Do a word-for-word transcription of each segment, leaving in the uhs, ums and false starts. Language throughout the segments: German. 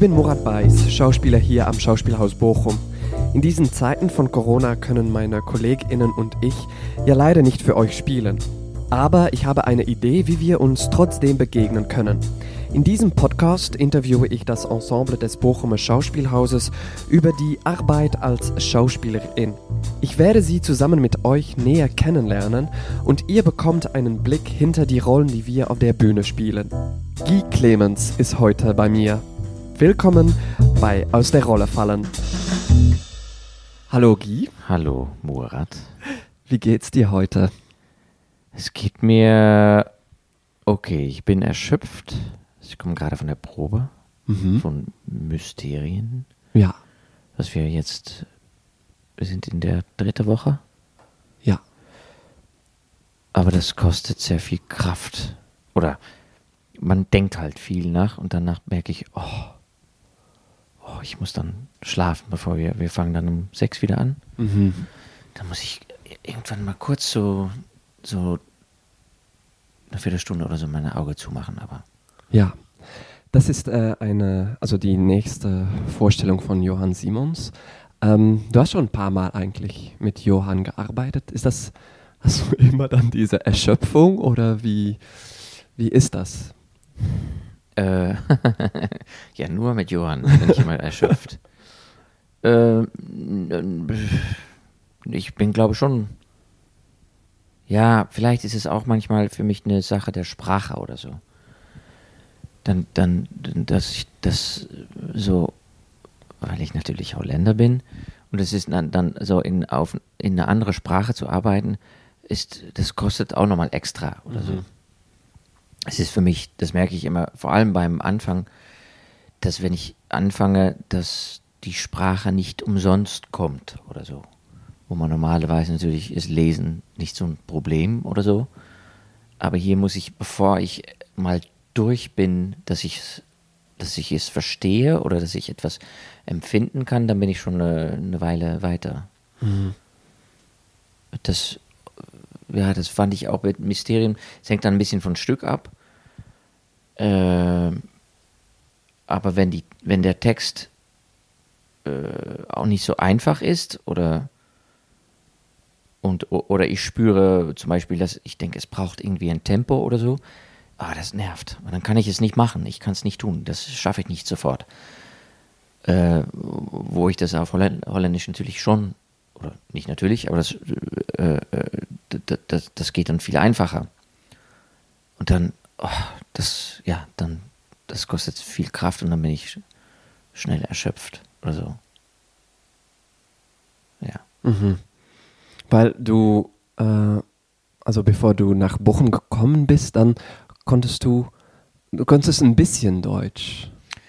bin Murat Beiß, Schauspieler hier am Schauspielhaus Bochum. In diesen Zeiten von Corona können meine KollegInnen und ich ja leider nicht für euch spielen. Aber ich habe eine Idee, wie wir uns trotzdem begegnen können. In diesem Podcast interviewe ich das Ensemble des Bochumer Schauspielhauses über die Arbeit als Schauspielerin. Ich werde sie zusammen mit euch näher kennenlernen und ihr bekommt einen Blick hinter die Rollen, die wir auf der Bühne spielen. Guy Clemens ist heute bei mir. Willkommen bei Aus der Rolle fallen. Hallo Guy. Hallo Murat. Wie geht's dir heute? Es geht mir okay, ich bin erschöpft. Ich komme gerade von der Probe mhm. von Mysterien. Ja. Was wir jetzt, wir sind in der dritten Woche. Ja. Aber das kostet sehr viel Kraft. Oder man denkt halt viel nach und danach merke ich, oh, oh ich muss dann schlafen, bevor wir, wir fangen dann um sechs wieder an. Mhm. Dann muss ich irgendwann mal kurz so, so eine Viertelstunde oder so meine Augen zumachen, aber. Ja, das ist äh, eine, also die nächste Vorstellung von Johann Simons. Ähm, du hast schon ein paar Mal eigentlich mit Johann gearbeitet. Ist das, hast du immer dann diese Erschöpfung oder wie, wie ist das? Äh, ja, nur mit Johann bin ich immer erschöpft. Äh, ich bin, glaube ich, schon. Ja, vielleicht ist es auch manchmal für mich eine Sache der Sprache oder so. Dann, dann, dass ich das so, weil ich natürlich Holländer bin und es ist dann, dann so in, auf, in eine andere Sprache zu arbeiten, ist, das kostet auch nochmal extra oder mhm. so. Es ist für mich, das merke ich immer, vor allem beim Anfang, dass wenn ich anfange, dass die Sprache nicht umsonst kommt oder so. Wo man normalerweise natürlich ist Lesen nicht so ein Problem oder so. Aber hier muss ich, bevor ich mal durch bin, dass ich, dass ich es verstehe oder dass ich etwas empfinden kann, dann bin ich schon eine, eine Weile weiter. Mhm. Das, ja, das fand ich auch mit Mysterien. Es hängt dann ein bisschen von Stück ab. Äh, aber wenn, die, wenn der Text äh, auch nicht so einfach ist oder Und, oder ich spüre zum Beispiel, dass ich denke, es braucht irgendwie ein Tempo oder so. Ah, das nervt. Und dann kann ich es nicht machen. Ich kann es nicht tun. Das schaffe ich nicht sofort. Äh, wo ich das auf Holländ- Holländisch natürlich schon, oder nicht natürlich, aber das, äh, das, das, das geht dann viel einfacher. Und dann, oh, das, ja, dann, das kostet viel Kraft und dann bin ich schnell erschöpft oder so. Ja. Mhm. Weil du, äh, also bevor du nach Bochum gekommen bist, dann konntest du, du konntest ein bisschen Deutsch.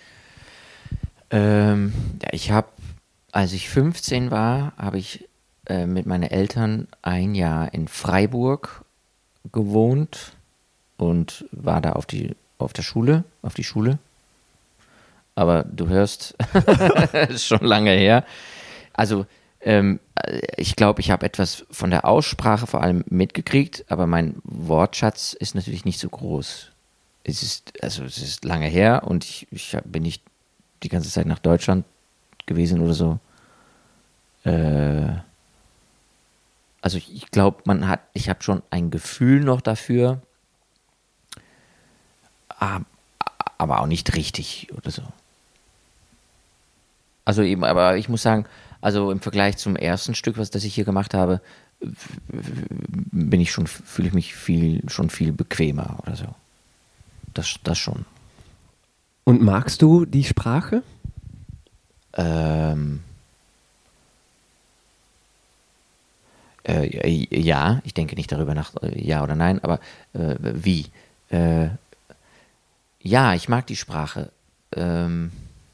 Ähm, ja, ich habe, als ich fünfzehn war, habe ich äh, mit meinen Eltern ein Jahr in Freiburg gewohnt und war da auf die, auf der Schule, auf die Schule. Aber du hörst, ist schon lange her. Also, Ähm, ich glaube, ich habe etwas von der Aussprache vor allem mitgekriegt, aber mein Wortschatz ist natürlich nicht so groß. Es ist, also es ist lange her und ich, ich bin nicht die ganze Zeit nach Deutschland gewesen oder so. Äh, also ich glaube, man hat, ich habe schon ein Gefühl noch dafür, aber auch nicht richtig oder so. Also eben, aber ich muss sagen, also im Vergleich zum ersten Stück, was das ich hier gemacht habe, bin ich schon, fühle ich mich viel, schon viel bequemer oder so. Das, das schon. Und magst du die Sprache? Ähm, äh, ja, ich denke nicht darüber nach, ja oder nein, aber äh, wie? Äh, ja, ich mag die Sprache. Ähm,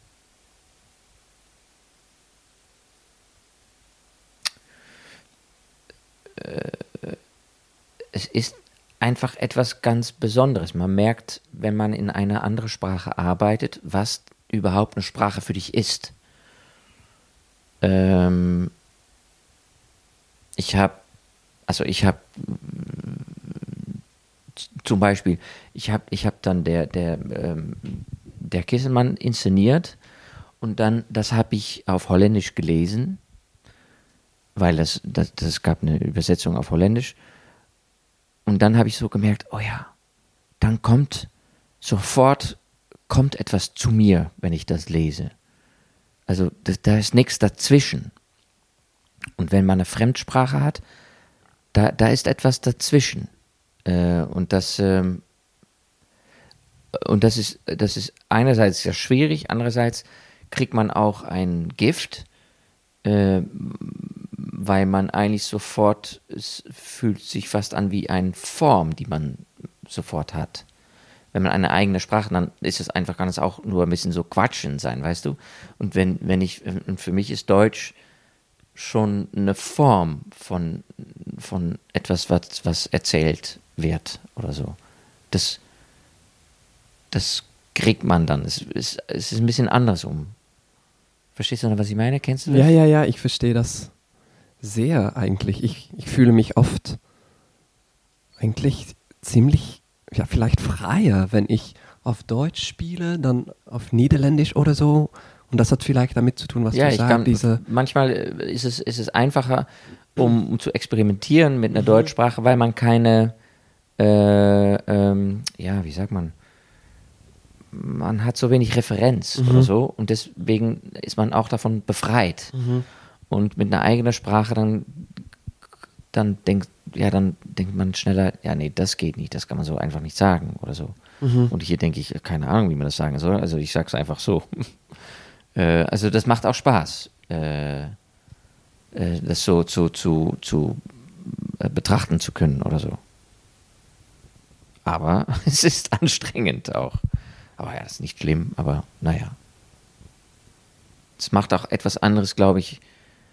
Es ist einfach etwas ganz Besonderes. Man merkt, wenn man in einer anderen Sprache arbeitet, was überhaupt eine Sprache für dich ist. Ähm, ich habe, also ich habe zum Beispiel, ich habe ich hab dann der, der, ähm, der Kisselmann inszeniert Und dann, das habe ich auf Holländisch gelesen, weil das, das, das gab eine Übersetzung auf Holländisch. Und dann habe ich so gemerkt, oh ja, dann kommt sofort kommt etwas zu mir, wenn ich das lese. Also das, da ist nichts dazwischen. Und wenn man eine Fremdsprache hat, da, da ist etwas dazwischen. Äh, und das, ähm, und das ist, das ist einerseits sehr schwierig, andererseits kriegt man auch ein Gift, äh, weil man eigentlich sofort, es fühlt sich fast an wie eine Form, die man sofort hat. Wenn man eine eigene Sprache, dann ist es einfach, kann es auch nur ein bisschen so Quatschen sein, weißt du? Und wenn, wenn ich, und für mich ist Deutsch schon eine Form von, von etwas, was, was erzählt wird oder so. Das, das kriegt man dann. Es ist, es ist ein bisschen andersrum. Verstehst du noch, was ich meine? Kennst du das? Ja, ja, ja, ich verstehe das sehr eigentlich. Ich, ich fühle mich oft eigentlich ziemlich, ja, vielleicht freier, wenn ich auf Deutsch spiele, dann auf Niederländisch oder so. Und das hat vielleicht damit zu tun, was ja, du ich sagst. Kann, diese manchmal ist es, ist es einfacher, um, um zu experimentieren mit einer mhm. Deutschsprache, weil man keine, äh, ähm, ja, wie sagt man, man hat so wenig Referenz mhm. oder so und deswegen ist man auch davon befreit. Mhm. Und mit einer eigenen Sprache dann, dann denkt, ja, dann denkt man schneller, ja, nee, das geht nicht, das kann man so einfach nicht sagen oder so. Mhm. Und hier denke ich, keine Ahnung, wie man das sagen soll, also ich sage es einfach so. äh, also das macht auch Spaß, äh, äh, das so zu, zu, zu äh, betrachten zu können oder so. Aber es ist anstrengend auch. Aber ja, das ist nicht schlimm, aber naja. Es macht auch etwas anderes, glaube ich.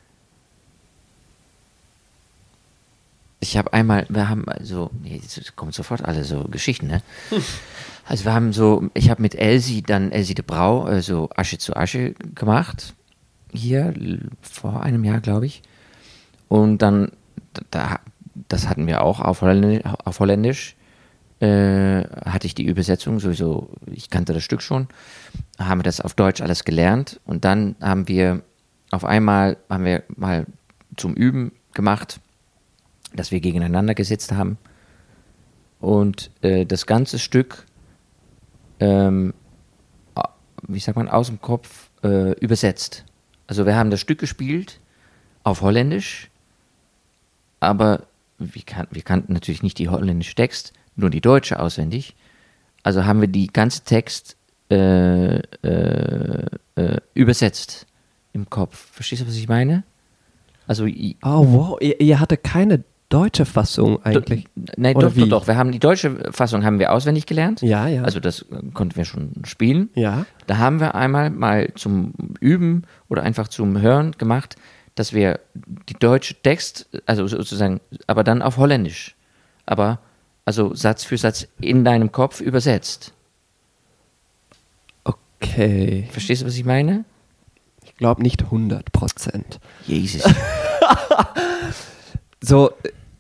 Ich habe einmal, wir haben also, nee, jetzt kommen sofort alle so Geschichten, ne? Hm. Also wir haben so, ich habe mit Elsie dann, Elsie de Brau, so also Asche zu Asche gemacht. Hier, vor einem Jahr, glaube ich. Und dann, da, das hatten wir auch auf Holländisch. Auf Holländisch. Äh, hatte ich die Übersetzung sowieso, ich kannte das Stück schon, haben wir das auf Deutsch alles gelernt und dann haben wir auf einmal, haben wir mal zum Üben gemacht, dass wir gegeneinander gesetzt haben und äh, das ganze Stück, ähm, wie sagt man, aus dem Kopf äh, übersetzt. Also wir haben das Stück gespielt auf Holländisch, aber wir, kan- wir kannten natürlich nicht die holländische Text, nur die deutsche auswendig. Also haben wir die ganze Text äh, äh, äh, übersetzt im Kopf. Verstehst du, was ich meine? Also, oh, wow, ihr, ihr hattet keine deutsche Fassung eigentlich? Do, nein, doch, doch, doch. Wir haben die deutsche Fassung haben wir auswendig gelernt. Ja, ja. Also das konnten wir schon spielen. Ja. Da haben wir einmal mal zum Üben oder einfach zum Hören gemacht, dass wir die deutsche Text, also sozusagen, aber dann auf Holländisch. Aber also Satz für Satz in deinem Kopf übersetzt. Okay. Verstehst du, was ich meine? Ich glaube nicht hundert Prozent. Jesus. So,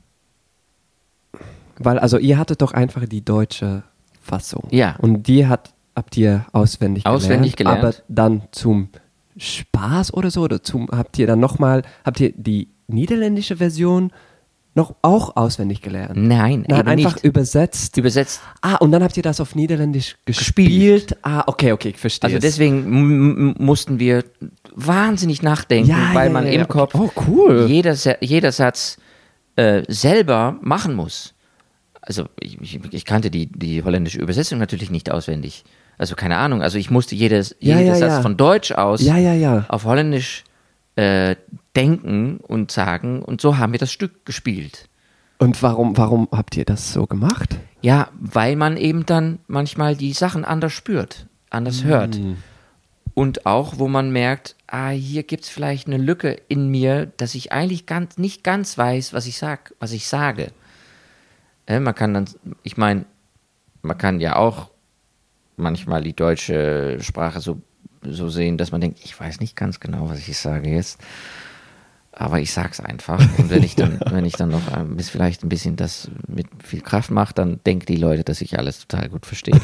weil also ihr hattet doch einfach die deutsche Fassung. Ja. Und die hat, habt ihr auswendig gelernt. Auswendig gelernt. Aber dann zum Spaß oder so, oder zum, habt ihr dann nochmal, habt ihr die niederländische Version noch auch auswendig gelernt? Nein, Nein, eben einfach nicht. übersetzt. Übersetzt. Ah, und dann habt ihr das auf Niederländisch gespielt. gespielt. Ah, okay, okay, ich verstehe. Also es. deswegen m- m- mussten wir wahnsinnig nachdenken, ja, weil ja, man ja, im ja. Kopf oh, cool. jeder, jeder Satz äh, selber machen muss. Also ich, ich, ich kannte die, die holländische Übersetzung natürlich nicht auswendig. Also keine Ahnung. Also ich musste jedes, ja, jeder ja, Satz ja. von Deutsch aus ja, ja, ja. auf Holländisch äh, denken und sagen. Und so haben wir das Stück gespielt. Und warum, warum habt ihr das so gemacht? Ja, weil man eben dann manchmal die Sachen anders spürt, anders mm. hört. Und auch, wo man merkt, ah, hier gibt es vielleicht eine Lücke in mir, dass ich eigentlich ganz, nicht ganz weiß, was ich sag, was ich sage. Äh, man kann dann, ich meine, man kann ja auch manchmal die deutsche Sprache so, so sehen, dass man denkt, ich weiß nicht ganz genau, was ich sage jetzt. Aber ich sag's einfach. Und wenn ich dann, wenn ich dann noch ein bisschen, vielleicht ein bisschen das mit viel Kraft mache, dann denken die Leute, dass ich alles total gut verstehe.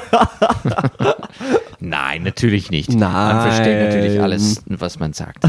Nein, natürlich nicht. Nein. Man versteht natürlich alles, was man sagt.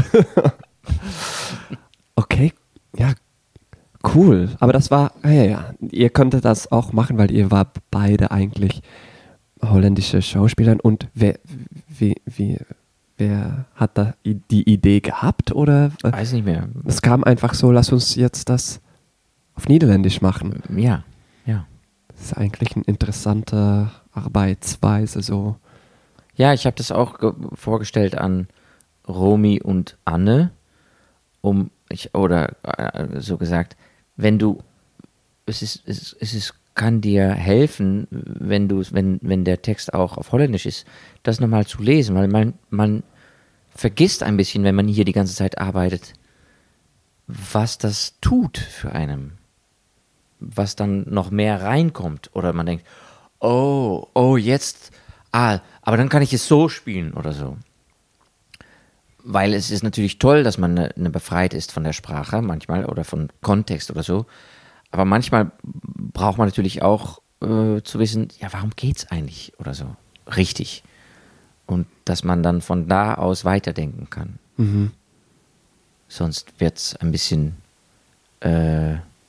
Okay, ja, cool. Aber das war, ja, ja, ihr konntet das auch machen, weil ihr war beide eigentlich holländische Schauspieler. Und wer, wie, wie, wer hat da i- die Idee gehabt? Oder äh, Weiß nicht mehr. es kam einfach so, lass uns jetzt das auf Niederländisch machen. Ja, ja. Das ist eigentlich eine interessante Arbeitsweise so. Ja, ich habe das auch ge- vorgestellt an Romy und Anne, um ich oder äh, so gesagt, wenn du es ist es, es ist kann dir helfen, wenn du wenn wenn der Text auch auf Holländisch ist, das nochmal zu lesen, weil man man vergisst ein bisschen, wenn man hier die ganze Zeit arbeitet, was das tut für einen, was dann noch mehr reinkommt oder man denkt, oh, oh, jetzt, ah, aber dann kann ich es so spielen oder so. Weil es ist natürlich toll, dass man ne, ne befreit ist von der Sprache manchmal oder von Kontext oder so. Aber manchmal braucht man natürlich auch äh, zu wissen, ja, warum geht's eigentlich oder so richtig? Und dass man dann von da aus weiterdenken kann. Mhm. Sonst wird's ein bisschen, äh,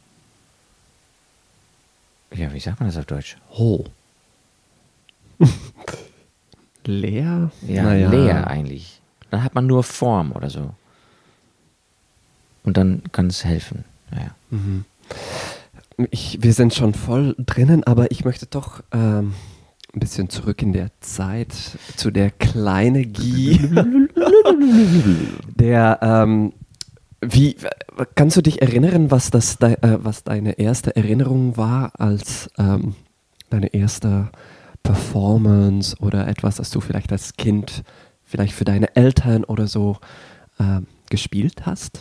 ja, wie sagt man das auf Deutsch? Oh. Leer? Ja, Naja. leer eigentlich. Dann hat man nur Form oder so. Und dann kann es helfen. Naja. Mhm. Ich, wir sind schon voll drinnen, aber ich möchte doch ähm, ein bisschen zurück in der Zeit zu der kleine Guy. der, ähm, wie, kannst du dich erinnern, was, das, de, äh, was deine erste Erinnerung war als ähm, deine erste Performance oder etwas, das du vielleicht als Kind, vielleicht für deine Eltern oder so ähm, gespielt hast?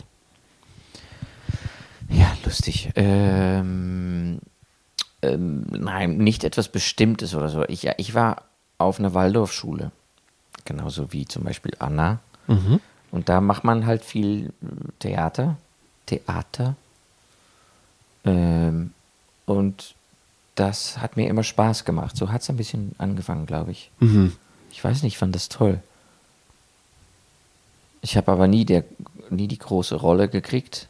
Ja, lustig. Ähm, ähm, nein, nicht etwas Bestimmtes oder so. Ich, ich war auf einer Waldorfschule, genauso wie zum Beispiel Anna. Mhm. Und da macht man halt viel Theater, Theater. Ähm, und das hat mir immer Spaß gemacht. So hat es ein bisschen angefangen, glaube ich. Mhm. Ich weiß nicht, ich fand das toll. Ich habe aber nie, der, nie die große Rolle gekriegt.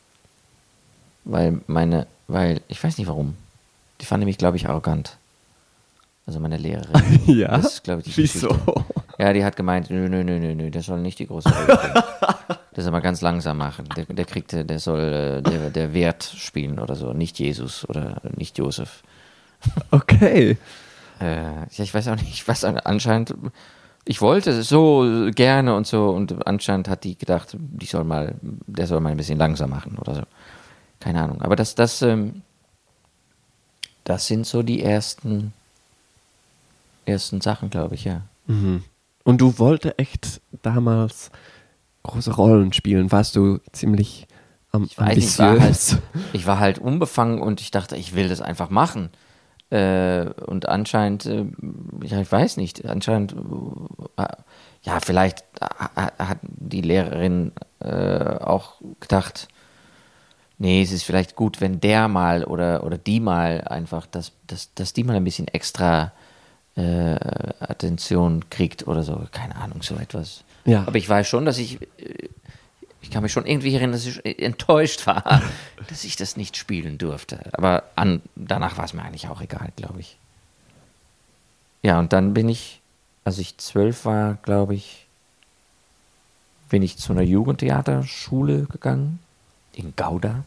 Weil meine, weil, ich weiß nicht warum. Die fand mich, glaube ich, arrogant. Also meine Lehrerin. Ja? Das ist, glaube ich, die Wieso? Geschichte. Ja, die hat gemeint, nö, nö, nö, nö, nö, der soll nicht die große Rolle kriegen. Das soll mal ganz langsam machen. Der, der kriegt, der soll, äh, der, der Wert spielen oder so. Nicht Jesus oder nicht Josef. Okay. Äh, ja, ich weiß auch nicht, was an- anscheinend, ich wollte es so gerne und so und anscheinend hat die gedacht, die soll mal, der soll mal ein bisschen langsam machen oder so. Keine Ahnung. Aber das, das, ähm, das sind so die ersten, ersten Sachen, glaube ich, ja. Mhm. Und du wolltest echt damals große Rollen spielen. Warst du ziemlich ähm, Ich weiß nicht, ich war, ambitiös? halt, ich war halt unbefangen und ich dachte, ich will das einfach machen. Äh, und anscheinend, äh, ja, ich weiß nicht, anscheinend, äh, ja, vielleicht äh, hat die Lehrerin äh, auch gedacht, nee, es ist vielleicht gut, wenn der mal oder, oder die mal einfach, dass, dass, dass die mal ein bisschen extra äh, Attention kriegt oder so. Keine Ahnung, so etwas. Ja. Aber ich weiß schon, dass ich, äh, ich kann mich schon irgendwie erinnern, dass ich enttäuscht war, dass ich das nicht spielen durfte. Aber an, danach war es mir eigentlich auch egal, glaube ich. Ja, und dann bin ich, als ich zwölf war, glaube ich, bin ich zu einer Jugendtheaterschule gegangen in Gouda.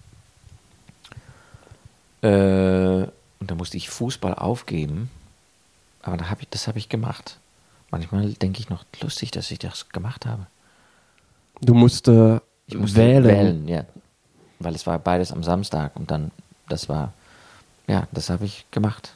Äh, und da musste ich Fußball aufgeben. Aber da hab ich, das habe ich gemacht. Manchmal denke ich noch, lustig, dass ich das gemacht habe. Du musst äh, Ich musste wählen. wählen, ja. Weil es war beides am Samstag und dann, das war, ja, das habe ich gemacht.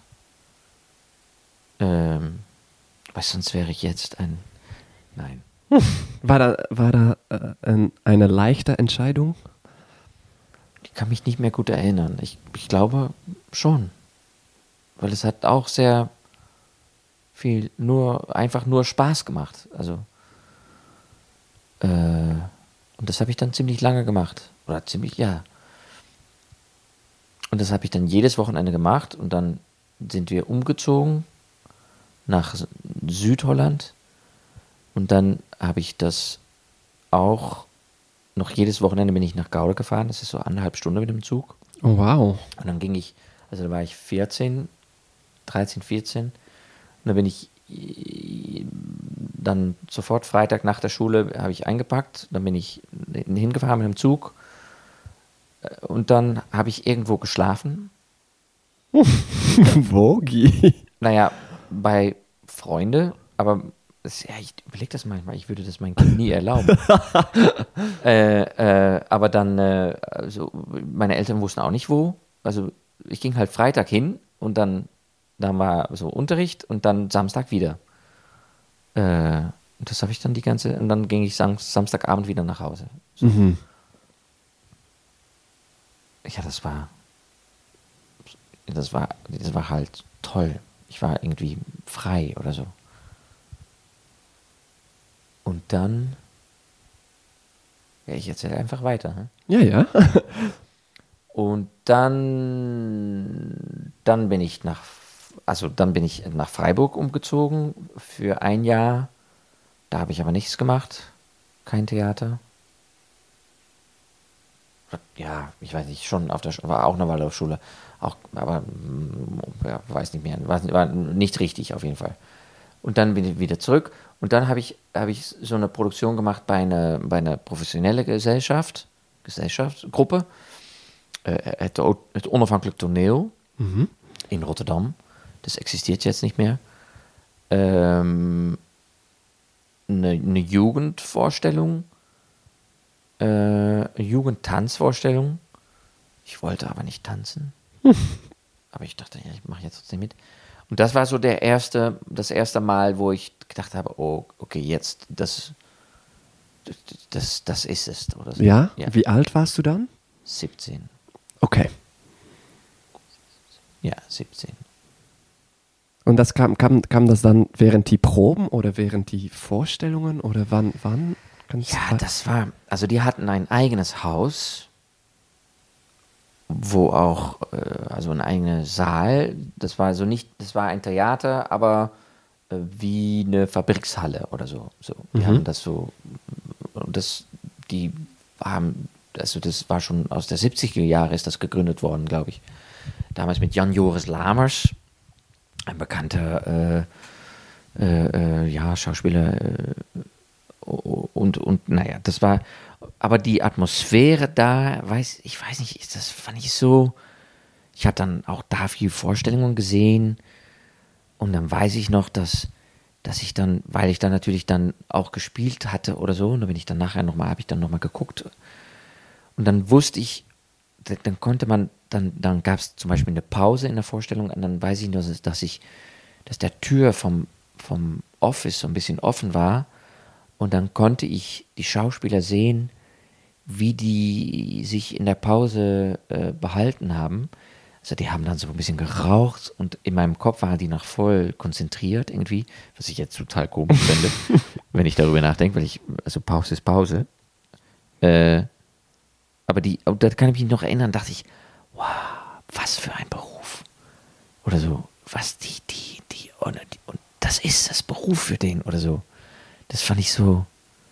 Ähm, weil sonst wäre ich jetzt ein, nein. War da, war da äh, ein, eine leichte Entscheidung? Ich kann mich nicht mehr gut erinnern. Ich, ich glaube schon. Weil es hat auch sehr viel, nur, einfach nur Spaß gemacht. Also, äh, Und das habe ich dann ziemlich lange gemacht. Oder ziemlich, ja. Und das habe ich dann jedes Wochenende gemacht. Und dann sind wir umgezogen nach Südholland. Und dann habe ich das auch noch jedes Wochenende bin ich nach Gouda gefahren. Das ist so anderthalb Stunden mit dem Zug. Oh, wow. Und dann ging ich, also da war ich vierzehn, dreizehn, vierzehn. Und dann bin ich dann sofort Freitag nach der Schule habe ich eingepackt. Dann bin ich hingefahren mit dem Zug. Und dann habe ich irgendwo geschlafen. Wo? Guy? Naja, bei Freunde, aber das, ja, ich überlege das manchmal, ich würde das meinem Kind nie erlauben. äh, äh, aber dann, äh, also meine Eltern wussten auch nicht wo. Also ich ging halt Freitag hin und dann, dann war so Unterricht und dann Samstag wieder. Äh, das habe ich dann die ganze, und dann ging ich Sam- Samstagabend wieder nach Hause. So. Mhm. Ja, das war, das war, das war halt toll. Ich war irgendwie frei oder so. Und dann, ja, ich erzähle einfach weiter. Hm? Ja, ja. Und dann, dann bin ich nach, also dann bin ich nach Freiburg umgezogen für ein Jahr. Da habe ich aber nichts gemacht, kein Theater. Ja, ich weiß nicht, schon auf der Schule, war auch eine Weile auf Schule, auch, aber ja, weiß nicht mehr, war, war nicht richtig auf jeden Fall. Und dann bin ich wieder zurück und dann habe ich, habe ich so eine Produktion gemacht bei einer, bei einer professionellen Gesellschaft, Gesellschaftsgruppe, äh, het, het Onafhankelijk Toneel Mhm. in Rotterdam. Das existiert jetzt nicht mehr. Ähm, eine, eine Jugendvorstellung, äh, eine Jugendtanzvorstellung. Ich wollte aber nicht tanzen. Aber ich dachte, ja, ich mache jetzt trotzdem mit. Und das war so der erste, das erste Mal, wo ich gedacht habe, oh, okay, jetzt, das, das, das ist es. Oder so. Ja? Ja. Wie alt warst du dann? siebzehn. Okay. Ja, siebzehn. Und das kam, kam, kam das dann während die Proben oder während die Vorstellungen oder wann? wann? Kannst Ja, du- das war, also die hatten ein eigenes Haus, wo auch, äh, also ein eigener Saal, das war so nicht, das war ein Theater, aber äh, wie eine Fabrikshalle oder so. so. Die Mhm. haben das so, und das, die haben, also das war schon aus der siebziger Jahre ist das gegründet worden, glaube ich. Damals mit Jan Joris Lamers, ein bekannter äh, äh, äh, ja, Schauspieler äh, und, und naja, das war, aber die Atmosphäre da, weiß, ich weiß nicht, ist das fand ich so, ich habe dann auch da viele Vorstellungen gesehen und dann weiß ich noch, dass, dass ich dann, weil ich dann natürlich dann auch gespielt hatte oder so, und dann bin ich dann nachher nochmal, habe ich dann nochmal geguckt und dann wusste ich, dann konnte man, dann, dann gab es zum Beispiel eine Pause in der Vorstellung und dann weiß ich nur, dass, dass ich, dass der Tür vom, vom Office so ein bisschen offen war und dann konnte ich die Schauspieler sehen, wie die sich in der Pause äh, behalten haben. Also die haben dann so ein bisschen geraucht und in meinem Kopf waren die noch voll konzentriert irgendwie, was ich jetzt total komisch finde, wenn ich darüber nachdenke, weil ich, also Pause ist Pause. Äh, aber die, da kann ich mich noch erinnern, dachte ich, wow, was für ein Beruf. Oder so, was die, die, die, und, und das ist das Beruf für den oder so. Das fand ich so,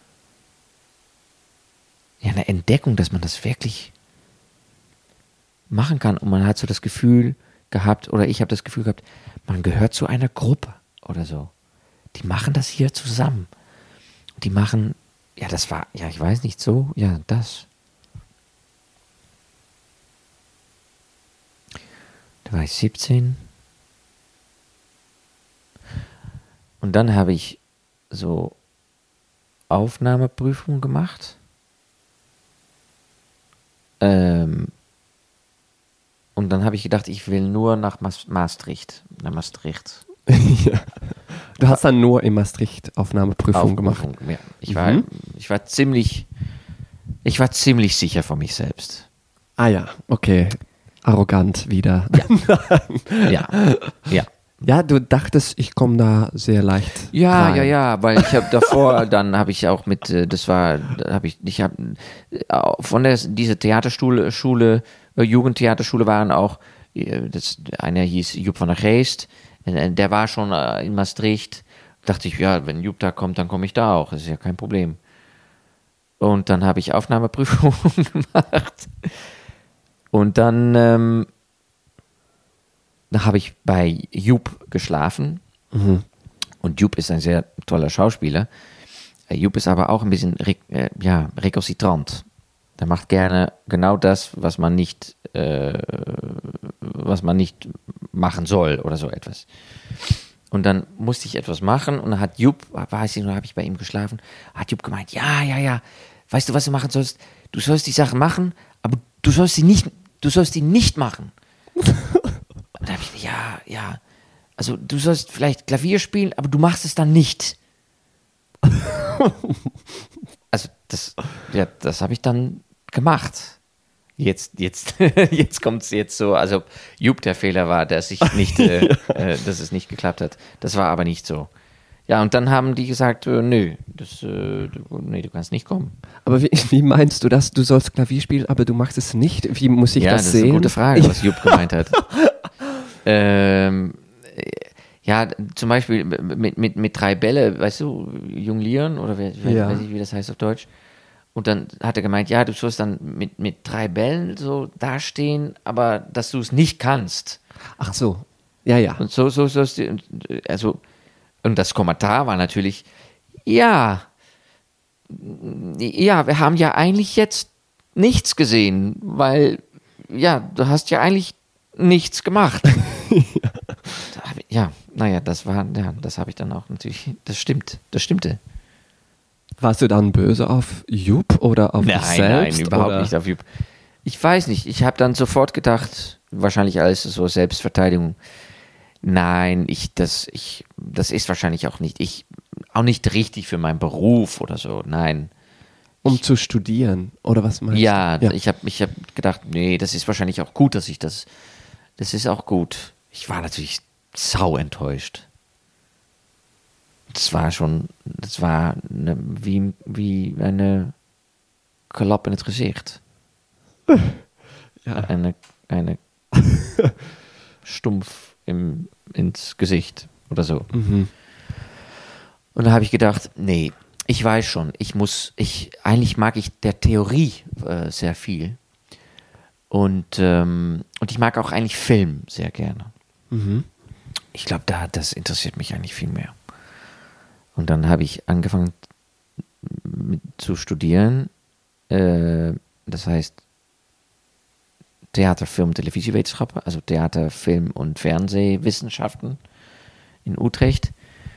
ja, eine Entdeckung, dass man das wirklich machen kann. Und man hat so das Gefühl gehabt, oder ich habe das Gefühl gehabt, man gehört zu einer Gruppe oder so. Die machen das hier zusammen. Die machen, ja, das war, ja, ich weiß nicht so, ja, das. Da war ich siebzehn. Und dann habe ich so Aufnahmeprüfungen gemacht. Ähm, und dann habe ich gedacht, ich will nur nach Mas- Maastricht. Nach Maastricht. ja. Du hast dann nur in Maastricht Aufnahmeprüfung gemacht. Aufprüfung, ja. Ich war, Mhm. ich war ziemlich, ich war ziemlich sicher von mich selbst. Ah ja, okay. Arrogant wieder. Ja, ja. Ja, du dachtest, ich komme da sehr leicht Ja, rein. ja, ja, weil ich habe davor, dann habe ich auch mit, äh, das war, da habe ich, ich habe von der, diese Theaterschule, Schule, äh, Jugendtheaterschule waren auch, äh, das, einer hieß Joep van der Geest, äh, der war schon äh, in Maastricht. Dachte ich, ja, wenn Joep da kommt, dann komme ich da auch, das ist ja kein Problem. Und dann habe ich Aufnahmeprüfungen gemacht. Und dann ähm, habe ich bei Joep geschlafen. Mhm. Und Joep ist ein sehr toller Schauspieler. Äh, Joep ist aber auch ein bisschen re äh, ja, rekalzitrant. Der macht gerne genau das, was man nicht, äh, was man nicht machen soll oder so etwas. Und dann musste ich etwas machen und dann hat Joep, weiß ich noch, habe ich bei ihm geschlafen, hat Joep gemeint, ja, ja, ja, weißt du, was du machen sollst? Du sollst die Sachen machen, aber du sollst sie nicht, du sollst die nicht machen. Und da habe ich, ja, ja, also du sollst vielleicht Klavier spielen, aber du machst es dann nicht. Also das, ja, das habe ich dann gemacht. Jetzt, jetzt, jetzt kommt es jetzt so, also Joep der Fehler war, dass ich nicht, äh, äh, dass es nicht geklappt hat. Das war aber nicht so. Ja, und dann haben die gesagt, äh, nö, das, äh, du, nee, du kannst nicht kommen. Aber wie, wie meinst du das? Du sollst Klavier spielen, aber du machst es nicht? Wie muss ich ja, das, das sehen? Ja, das ist eine gute Frage, was Joep gemeint hat. ähm, ja, zum Beispiel mit, mit, mit drei Bälle, weißt du, jonglieren oder wer, Ja. weiß ich, wie das heißt auf Deutsch. Und dann hat er gemeint, ja, du sollst dann mit, mit drei Bällen so dastehen, aber dass du es nicht kannst. Ach so, ja, ja. Und so, so sollst du, also, und das Kommentar war natürlich, ja, ja, wir haben ja eigentlich jetzt nichts gesehen, weil, ja, du hast ja eigentlich nichts gemacht. Ja, naja, das war, ja, das habe ich dann auch natürlich, das stimmt, das stimmte. Warst du dann böse auf Joep oder auf nein, dich selbst? Nein, überhaupt oder? nicht auf Joep. Ich weiß nicht, ich habe dann sofort gedacht, wahrscheinlich alles so Selbstverteidigung. Nein, ich, das, ich, das ist wahrscheinlich auch nicht, ich, auch nicht richtig für meinen Beruf oder so, nein. Um ich, zu studieren, oder was meinst ja, du? Ja, ich habe ich hab gedacht, nee, das ist wahrscheinlich auch gut, dass ich das, das ist auch gut. Ich war natürlich sau enttäuscht. Das war schon, das war eine, wie, wie eine Klap in het gezicht. ja. Eine, eine Stumpf im, ins Gesicht oder so. Mhm. Und da habe ich gedacht, nee, ich weiß schon, ich muss, ich, eigentlich mag ich der Theorie äh, sehr viel. Und, ähm, und ich mag auch eigentlich Film sehr gerne. Mhm. Ich glaube, da, das interessiert mich eigentlich viel mehr. Und dann habe ich angefangen mit, zu studieren. Äh, das heißt Theater, Film, Televisiewetenschappen, also Theater, Film und Fernsehwissenschaften in Utrecht.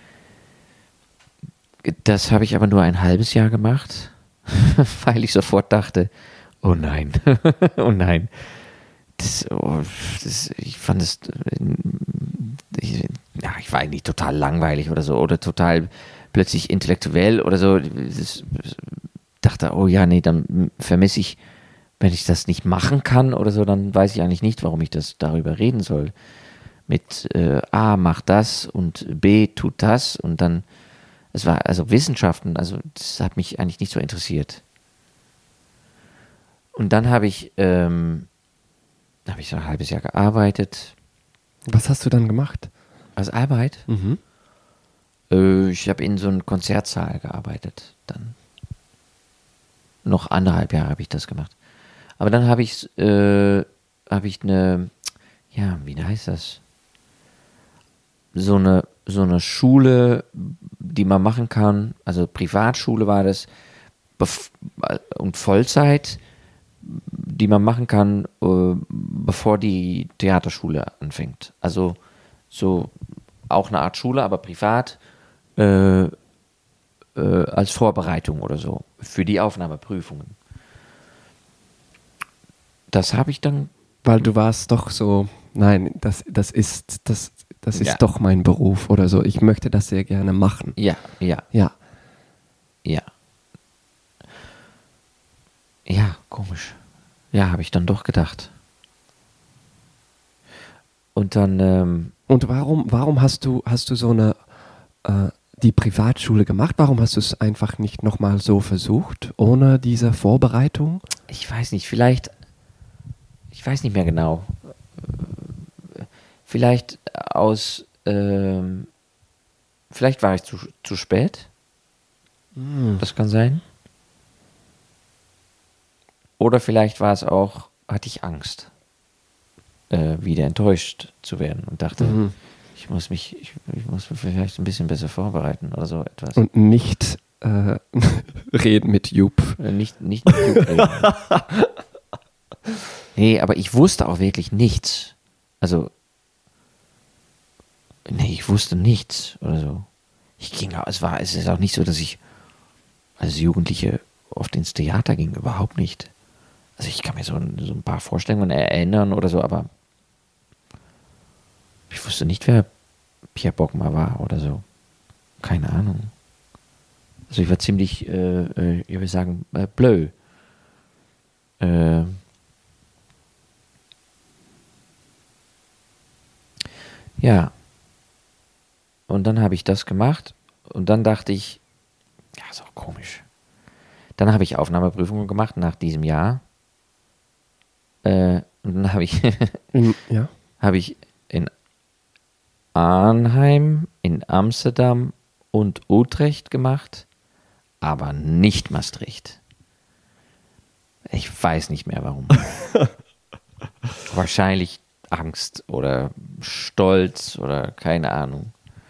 Das habe ich aber nur ein halbes Jahr gemacht, weil ich sofort dachte, oh nein, oh nein. Das, oh, das, ich fand es, ich, ja, ich war eigentlich total langweilig oder so, oder total plötzlich intellektuell oder so. Ich dachte, oh ja, nee, dann vermisse ich, wenn ich das nicht machen kann oder so, dann weiß ich eigentlich nicht, warum ich das darüber reden soll. Mit äh, A, mach das und B, tut das und dann, es war also Wissenschaften, also das hat mich eigentlich nicht so interessiert. Und dann habe ich, ähm, habe ich so ein halbes Jahr gearbeitet. Was hast du dann gemacht? Als Arbeit? Mhm. Äh, ich habe in so einem Konzertsaal gearbeitet. Dann noch anderthalb Jahre habe ich das gemacht. Aber dann habe ich, äh, habe ich eine, ja, wie heißt das? So eine, so eine Schule, die man machen kann. Also Privatschule war das und Vollzeit, die man machen kann, äh, bevor die Theaterschule anfängt. Also so auch eine Art Schule, aber privat äh, äh, als Vorbereitung oder so für die Aufnahmeprüfungen. Das habe ich dann... Weil du warst doch so, nein, das, das ist, das, das ist Ja. doch mein Beruf oder so. Ich möchte das sehr gerne machen. Ja, ja, Ja. ja. Ja, komisch. Ja, habe ich dann doch gedacht. Und dann, ähm, Und warum, warum hast du, hast du so eine, äh, die Privatschule gemacht? Warum hast du es einfach nicht nochmal so versucht, ohne diese Vorbereitung? Ich weiß nicht, vielleicht, ich weiß nicht mehr genau. Vielleicht aus, ähm, vielleicht war ich zu, zu spät. Hm. Das kann sein. Oder vielleicht war es auch, hatte ich Angst, äh, wieder enttäuscht zu werden und dachte, Mhm. ich muss mich, ich, ich muss mich vielleicht ein bisschen besser vorbereiten oder so etwas. Und nicht äh, reden mit Jupp. Äh, nicht, nicht mit Jupp reden. Nee, aber ich wusste auch wirklich nichts. Also, nee, ich wusste nichts oder so. Ich ging, es war, es ist auch nicht so, dass ich als Jugendliche oft ins Theater ging, überhaupt nicht. Also ich kann mir so ein, so ein paar Vorstellungen erinnern oder so, aber ich wusste nicht, wer Pierre Bockmar war oder so. Keine Ahnung. Also ich war ziemlich, äh, äh, ich würde sagen, äh, blöd. Äh, ja. Und dann habe ich das gemacht und dann dachte ich, ja, ist auch komisch. Dann habe ich Aufnahmeprüfungen gemacht nach diesem Jahr. Äh, und dann habe ich, In, ja. habe ich in Arnhem, in Amsterdam und Utrecht gemacht, aber nicht Maastricht. Ich weiß nicht mehr warum. Wahrscheinlich Angst oder Stolz oder keine Ahnung.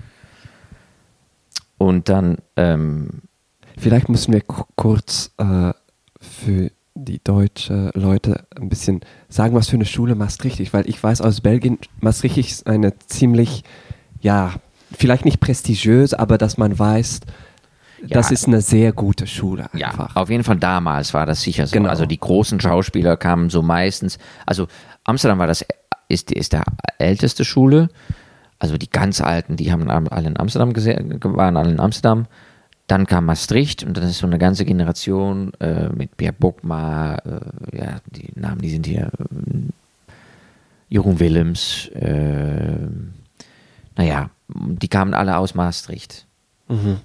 Und dann, ähm, Vielleicht müssen wir k- kurz äh, für die deutschen Leute ein bisschen sagen, was für eine Schule Maastricht ist, weil ich weiß aus Belgien, Maastricht ist eine ziemlich, ja, vielleicht nicht prestigiös, aber dass man weiß, Ja. das ist eine sehr gute Schule ja, einfach. auf jeden Fall damals war das sicher so. Genau. Also die großen Schauspieler kamen so meistens, also Amsterdam war das, ist, ist der älteste Schule, also die ganz Alten, die haben alle in Amsterdam gesehen, waren alle in Amsterdam. Dann kam Maastricht und dann ist so eine ganze Generation äh, mit Pierre Bockmar, äh, ja, die Namen, die sind hier, äh, Jeroen Willems, äh, naja, die kamen alle aus Maastricht. Mhm.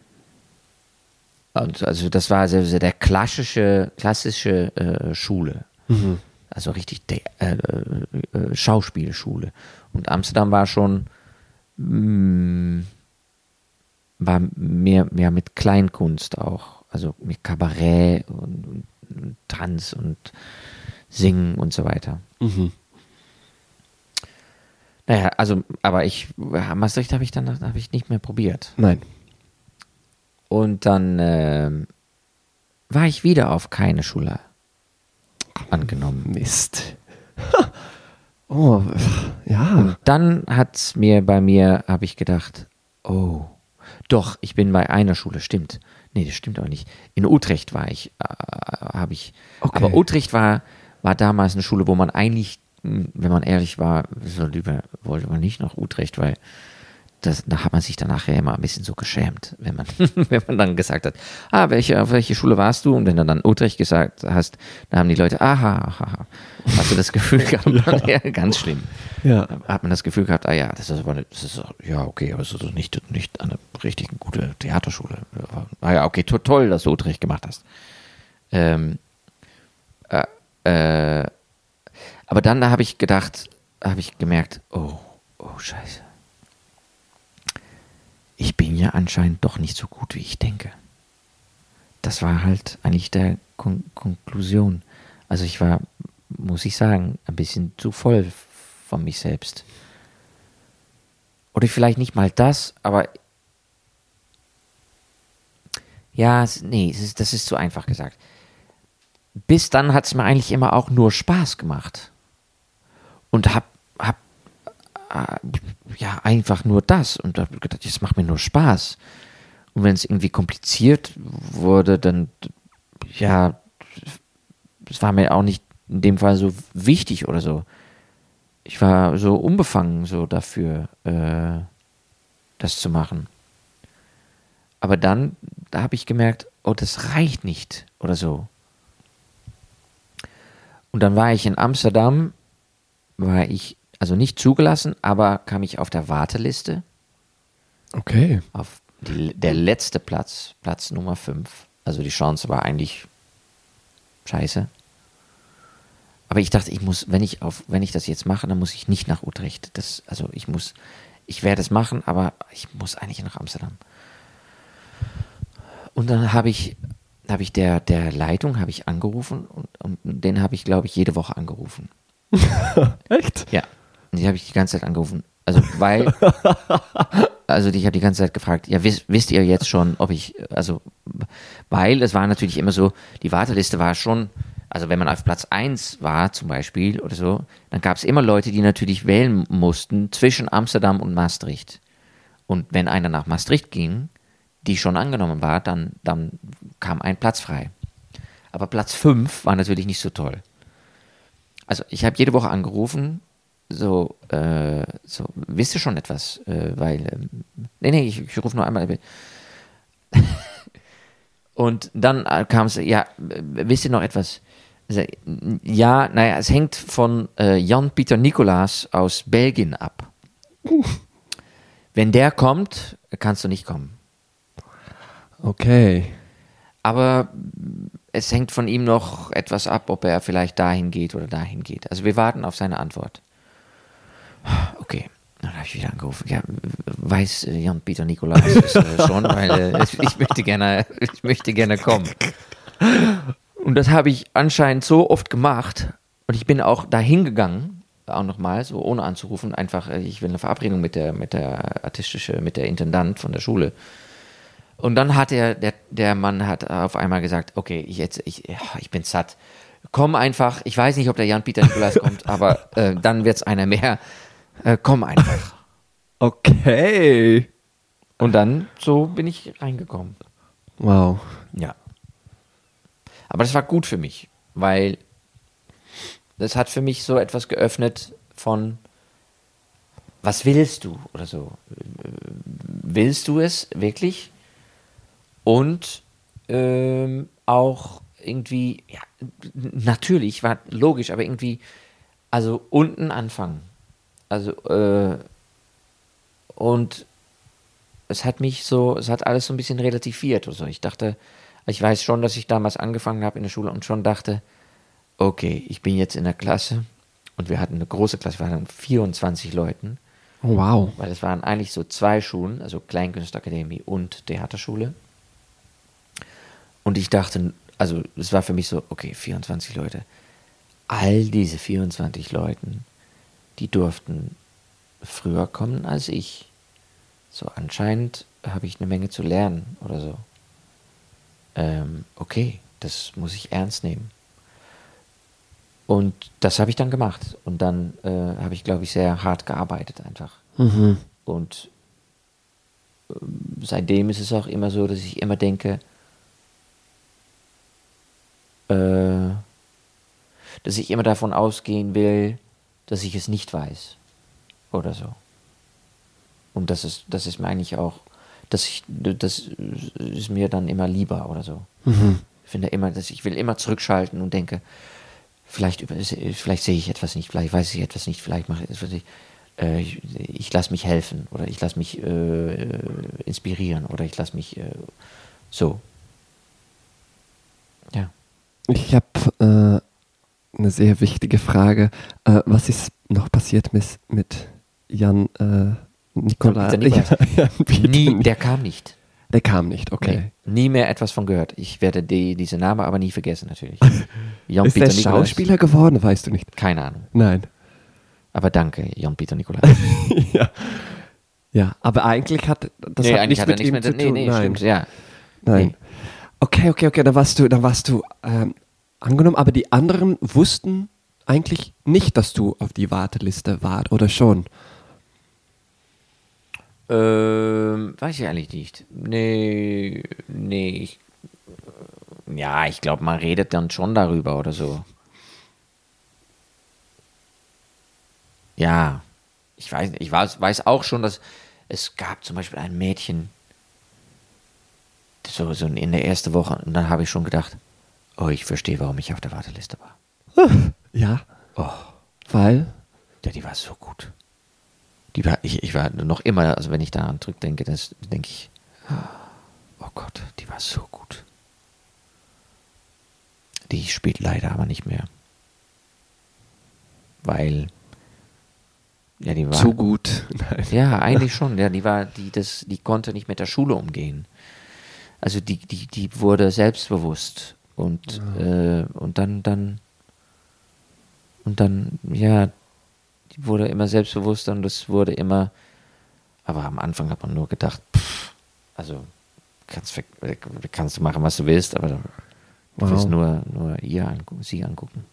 Und also das war sehr, sehr der klassische, klassische äh, Schule. Mhm. Also richtig der, äh, äh, Schauspielschule. Und Amsterdam war schon mh, war mehr, mehr mit Kleinkunst auch, also mit Kabarett und, und, und Tanz und Singen und so weiter. Mhm. Naja, also, aber ich, Maastricht habe ich dann habe ich nicht mehr probiert. Nein. Und dann ähm, war ich wieder auf keine Schule angenommen. Mist. Oh, ja. Und dann hat es mir bei mir, habe ich gedacht, oh, doch, ich bin bei einer Schule, stimmt. Nee, das stimmt auch nicht. In Utrecht war ich, äh, habe ich. Okay. Aber Utrecht war, war damals eine Schule, wo man eigentlich, mh, wenn man ehrlich war, so lieber wollte man nicht nach Utrecht, weil das, da hat man sich dann nachher immer ein bisschen so geschämt, wenn man, wenn man dann gesagt hat, ah, welche, auf welche Schule warst du? Und wenn du dann Utrecht gesagt hast, dann haben die Leute, aha, aha. Hast du das Gefühl gehabt, ja. Ja, ganz schlimm. Ja. Hat man das Gefühl gehabt, ah ja, das ist aber eine, das ist, ja, okay, aber es ist nicht, nicht eine richtig gute Theaterschule. Ah ja, okay, to, toll, dass du Utrecht gemacht hast. Ähm, äh, äh, aber dann habe ich gedacht, habe ich gemerkt, oh, oh, scheiße. Ich bin ja anscheinend doch nicht so gut, wie ich denke. Das war halt eigentlich der Kon- Konklusion. Also ich war, muss ich sagen, ein bisschen zu voll von mich selbst. Oder vielleicht nicht mal das, aber ja, es, nee, es ist, das ist zu einfach gesagt. Bis dann hat es mir eigentlich immer auch nur Spaß gemacht. Und hab, hab äh, ja, einfach nur das. Und hab gedacht, das macht mir nur Spaß. Und wenn es irgendwie kompliziert wurde, dann, ja, es war mir auch nicht in dem Fall so wichtig oder so. Ich war so unbefangen so dafür, äh, das zu machen. Aber dann, da habe ich gemerkt, oh, das reicht nicht oder so. Und dann war ich in Amsterdam, war ich Also nicht zugelassen, aber kam ich auf der Warteliste. Okay. Auf die, der letzte Platz, Platz Nummer fünf. Also die Chance war eigentlich scheiße. Aber ich dachte, ich muss, wenn ich auf, wenn ich das jetzt mache, dann muss ich nicht nach Utrecht. Das, also ich muss, ich werde es machen, aber ich muss eigentlich nach Amsterdam. Und dann habe ich, habe ich der, der Leitung habe ich angerufen und, und den habe ich, glaube ich, jede Woche angerufen. Echt? Ja. Und die habe ich die ganze Zeit angerufen. Also weil, also ich habe die ganze Zeit gefragt, ja, wisst, wisst ihr jetzt schon, ob ich, also, weil es war natürlich immer so, die Warteliste war schon, also wenn man auf Platz eins war zum Beispiel oder so, dann gab es immer Leute, die natürlich wählen mussten zwischen Amsterdam und Maastricht. Und wenn einer nach Maastricht ging, die schon angenommen war, dann, dann kam ein Platz frei. Aber Platz fünf war natürlich nicht so toll. Also ich habe jede Woche angerufen, so, äh, so, wisst ihr schon etwas? Äh, weil, ähm, nee, nee, ich, ich rufe nur einmal. Und dann kam es, ja, wisst ihr noch etwas? Ja, naja, es hängt von äh, Jan-Pieter Nicolaas aus Belgien ab. Wenn der kommt, kannst du nicht kommen. Okay. Aber es hängt von ihm noch etwas ab, ob er vielleicht dahin geht oder dahin geht. Also wir warten auf seine Antwort. Okay, dann habe ich wieder angerufen. Ja, weiß äh, Jan-Pieter Nicolaas es äh, schon, weil äh, ich, möchte gerne, ich möchte gerne kommen. Und das habe ich anscheinend so oft gemacht. Und ich bin auch dahin gegangen, auch nochmal, so ohne anzurufen. Einfach, äh, ich will eine Verabredung mit der, mit der artistische, mit der Intendant von der Schule. Und dann hat er, der, der Mann hat auf einmal gesagt, okay, ich, jetzt, ich, ich bin satt. Komm einfach, ich weiß nicht, ob der Jan-Pieter Nicolaas kommt, aber äh, dann wird es einer mehr. Äh, komm einfach. Okay. Und dann, so bin ich reingekommen. Wow. Ja. Aber das war gut für mich, weil das hat für mich so etwas geöffnet von, was willst du oder so? Willst du es wirklich? Und ähm, auch irgendwie, ja, natürlich, war logisch, aber irgendwie, also unten anfangen. Also, äh, und es hat mich so, es hat alles so ein bisschen relativiert oder so. Ich dachte, ich weiß schon, dass ich damals angefangen habe in der Schule und schon dachte, okay, ich bin jetzt in der Klasse und wir hatten eine große Klasse, wir hatten vierundzwanzig Leuten. Oh, wow. Weil es waren eigentlich so zwei Schulen, also Kleinkunstakademie und Theaterschule. Und ich dachte, also es war für mich so, okay, vierundzwanzig Leute. All diese vierundzwanzig Leuten, die durften früher kommen als ich. So anscheinend habe ich eine Menge zu lernen oder so. Ähm, okay, das muss ich ernst nehmen. Und das habe ich dann gemacht. Und dann äh, habe ich, glaube ich, sehr hart gearbeitet einfach. Mhm. Und äh, seitdem ist es auch immer so, dass ich immer denke, äh, dass ich immer davon ausgehen will, dass ich es nicht weiß. Oder so. Und das ist, das ist mir eigentlich auch, dass ich, das ist mir dann immer lieber oder so. Mhm. Ich finde immer, dass ich will immer zurückschalten und denke, vielleicht, über, vielleicht sehe ich etwas nicht, vielleicht weiß ich etwas nicht, vielleicht mache ich etwas nicht. Äh, ich ich lasse mich helfen oder ich lasse mich äh, inspirieren oder ich lasse mich äh, so. Ja. Ich habe äh, eine sehr wichtige Frage. Äh, was ist noch passiert mit, mit Jan äh, Nicolaas? Jan-Pieter Nicolaas. Ja, Jan-Pieter Nie, Nic- der kam nicht. Der kam nicht, okay. Nee, nie mehr etwas von gehört. Ich werde die, diese Name aber nie vergessen, natürlich. Ist Jan-Pieter der Nicolaas. Schauspieler geworden? Weißt du nicht. Keine Ahnung. Nein. Aber danke, Jan-Pieter Nicolaas. ja. ja, aber eigentlich hat das nee, hat eigentlich nichts hat er mit nichts ihm mit zu nee, tun. nee, Nein. stimmt, ja. Nein. Nee. Okay, okay, okay, dann warst du, dann warst du ähm, angenommen, aber die anderen wussten eigentlich nicht, dass du auf die Warteliste warst, oder schon? Ähm, weiß ich eigentlich nicht. Nee, nee, ich, ja, ich glaube, man redet dann schon darüber oder so. Ja, ich weiß, ich weiß, weiß auch schon, dass es gab zum Beispiel ein Mädchen, so, so in der ersten Woche, und dann habe ich schon gedacht, oh, ich verstehe, warum ich auf der Warteliste war. Ja. Oh, Weil? Ja, die war so gut. Die war, ich, ich war noch immer, also wenn ich daran zurückdenke, das denke ich, oh Gott, die war so gut. Die spielt leider aber nicht mehr. Weil, ja, die war... Zu gut. Nein. Ja, eigentlich schon. Ja, die war, die, das, die konnte nicht mit der Schule umgehen. Also die, die, die wurde selbstbewusst und, ja. äh, und dann, dann, und dann, ja, die wurde immer selbstbewusster und das wurde immer, aber am Anfang hat man nur gedacht, pff, also kannst, kannst du machen, was du willst, aber du wow. willst nur, nur ihr angu- sie angucken.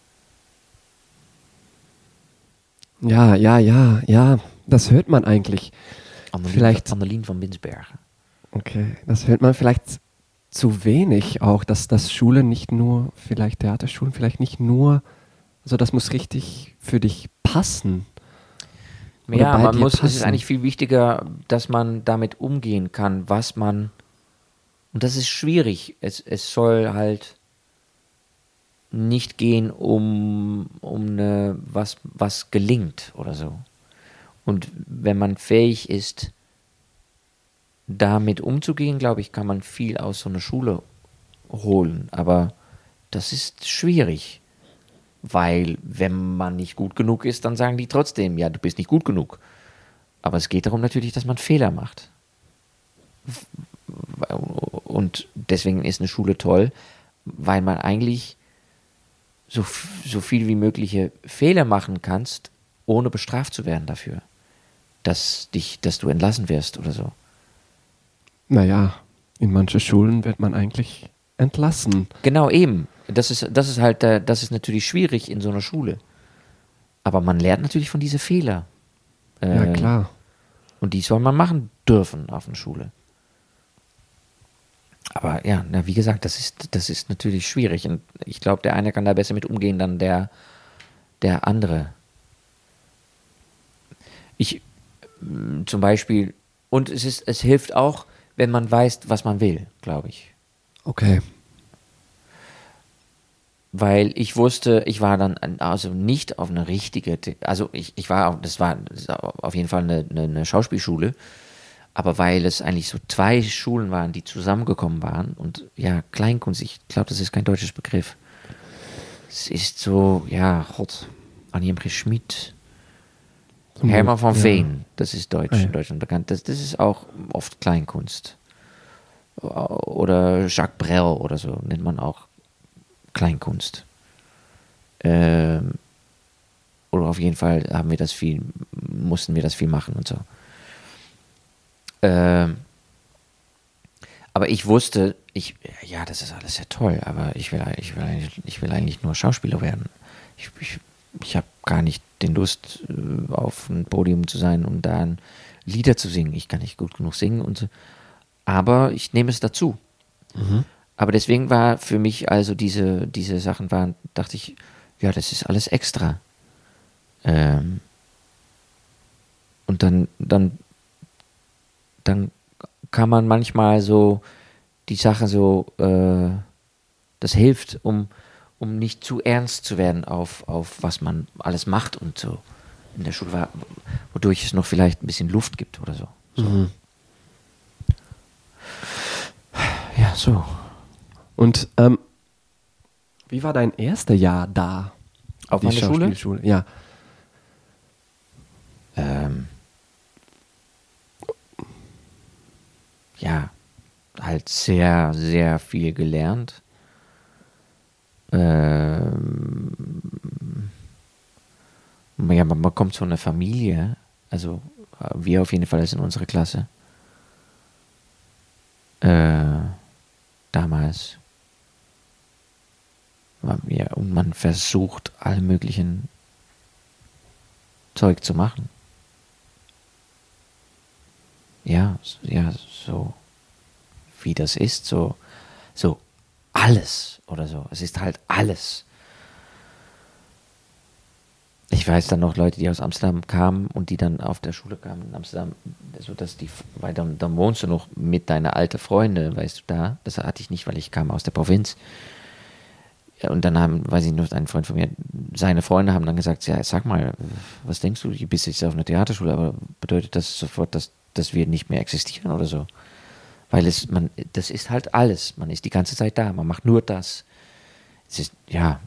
Ja, ja, ja, ja, das hört man eigentlich. Annelien, vielleicht Annelien von Binsbergen. Okay, das hört man vielleicht zu wenig auch, dass das Schulen nicht nur, vielleicht Theaterschulen, vielleicht nicht nur, also das muss richtig für dich passen. Oder ja, bei man dir muss, passen. es ist eigentlich viel wichtiger, dass man damit umgehen kann, was man, und das ist schwierig, es, es soll halt nicht gehen um, um eine, was, was gelingt oder so. Und wenn man fähig ist, damit umzugehen, glaube ich, kann man viel aus so einer Schule holen. Aber das ist schwierig, weil wenn man nicht gut genug ist, dann sagen die trotzdem, ja, du bist nicht gut genug. Aber es geht darum natürlich, dass man Fehler macht. Und deswegen ist eine Schule toll, weil man eigentlich so, so viel wie mögliche Fehler machen kannst, ohne bestraft zu werden dafür, dass dich, dass du entlassen wirst oder so. Naja, in manchen Schulen wird man eigentlich entlassen. Genau, eben. Das ist, das ist halt, das ist natürlich schwierig in so einer Schule. Aber man lernt natürlich von diesen Fehlern. Äh, Ja, klar. Und die soll man machen dürfen auf einer Schule. Aber ja, na, wie gesagt, das ist, das ist natürlich schwierig. Und ich glaube, der eine kann da besser mit umgehen, dann der, der andere. Ich, zum Beispiel, und es ist, es hilft auch, wenn man weiß, was man will, glaube ich. Okay. Weil ich wusste, ich war dann also nicht auf eine richtige, also ich, ich war, auf, das war auf jeden Fall eine, eine, eine Schauspielschule, aber weil es eigentlich so zwei Schulen waren, die zusammengekommen waren und ja, Kleinkunst, ich glaube, das ist kein deutsches Begriff. Es ist so, ja, Gott, Annie-Emre Schmid, Zum Hermann von ja. Veen, das ist Deutsch, Ah, ja. in Deutschland bekannt. Das, das ist auch oft Kleinkunst. Oder Jacques Brel oder so nennt man auch Kleinkunst. Ähm, oder auf jeden Fall haben wir das viel, mussten wir das viel machen und so. Ähm, aber ich wusste, ich, ja, das ist alles sehr toll, aber ich will, ich will, eigentlich, ich will eigentlich nur Schauspieler werden. Ich, ich, ich habe gar nicht den Lust, auf ein Podium zu sein und da Lieder zu singen. Ich kann nicht gut genug singen und so. Aber ich nehme es dazu. Mhm. Aber deswegen war für mich also diese, diese Sachen waren, dachte ich, ja, das ist alles extra. Ähm, und dann, dann, dann kann man manchmal so die Sache so, äh, das hilft, um, um nicht zu ernst zu werden auf, auf was man alles macht und so in der Schule war, wodurch es noch vielleicht ein bisschen Luft gibt oder so. so. Mhm. Ja, so. Und ähm, wie war dein erstes Jahr da? Auf die meiner Schule? Schauspielschule? Ja. Ähm, ja, halt sehr, sehr viel gelernt. Ähm, ja, man, man kommt von einer Familie, also wir auf jeden Fall ist in unserer Klasse. Äh, damals. Ja, und man versucht, all möglichen Zeug zu machen. Ja, ja, so wie das ist, so, so alles oder so. Es ist halt alles. Ich weiß dann noch Leute, die aus Amsterdam kamen und die dann auf der Schule kamen in Amsterdam, so dass die, weil dann, dann wohnst du noch mit deiner alten Freunde, weißt du, da. Das hatte ich nicht, weil ich kam aus der Provinz. und dann haben, weiß ich noch, ein Freund von mir, seine Freunde haben dann gesagt, ja, sag mal, was denkst du, du bist jetzt auf einer Theaterschule, aber bedeutet das sofort, dass, dass wir nicht mehr existieren oder so? Weil es, man, das ist halt alles, man ist die ganze Zeit da, man macht nur das. Es ist, ja,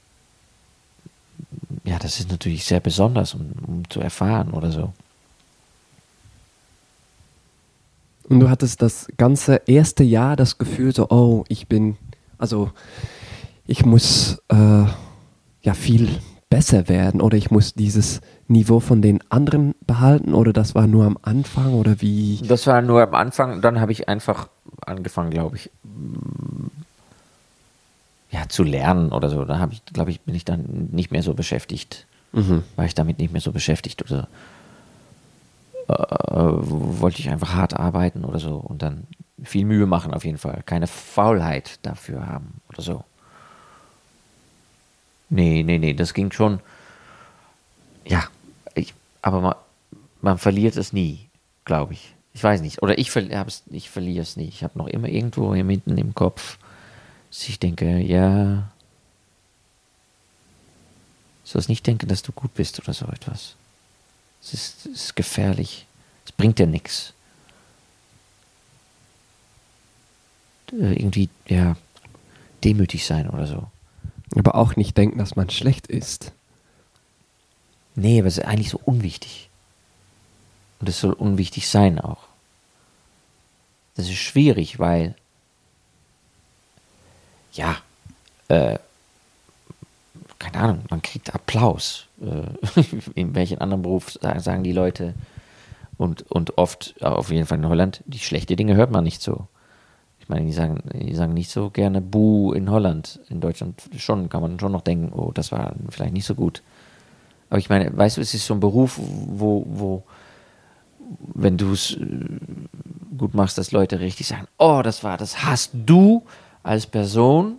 ja, das ist natürlich sehr besonders, um, um zu erfahren oder so. Und du hattest das ganze erste Jahr das Gefühl so, oh, ich bin, also ich muss äh, ja viel besser werden oder ich muss dieses Niveau von den anderen behalten oder das war nur am Anfang oder wie? Das war nur am Anfang, dann habe ich einfach angefangen, glaube ich, ja, zu lernen oder so. Da habe ich, glaube ich, bin ich dann nicht mehr so beschäftigt, mhm. war ich damit nicht mehr so beschäftigt oder äh, wollte ich einfach hart arbeiten oder so und dann viel Mühe machen auf jeden Fall. Keine Faulheit dafür haben oder so. Nee, nee, nee, das ging schon, ja, ich, aber man, man verliert es nie, glaube ich. Ich weiß nicht, oder ich, ver, ich verliere es nie. Ich habe noch immer irgendwo hier hinten im Kopf, dass ich denke, ja, du sollst nicht denken, dass du gut bist oder so etwas. Es ist, es ist gefährlich. Es bringt dir nichts. Irgendwie, ja, demütig sein oder so. Aber auch nicht denken, dass man schlecht ist. Nee, aber es ist eigentlich so unwichtig. Und es soll unwichtig sein auch. Das ist schwierig, weil, ja, äh, keine Ahnung, man kriegt Applaus. Äh, in welchen anderen Beruf sagen die Leute, und, und oft, auf jeden Fall in Holland, die schlechten Dinge hört man nicht so. Ich meine, die sagen, die sagen nicht so gerne Buh in Holland. In Deutschland schon, kann man schon noch denken, oh, das war vielleicht nicht so gut. Aber ich meine, weißt du, es ist so ein Beruf, wo, wo wenn du es gut machst, dass Leute richtig sagen, oh, das war, das hast du als Person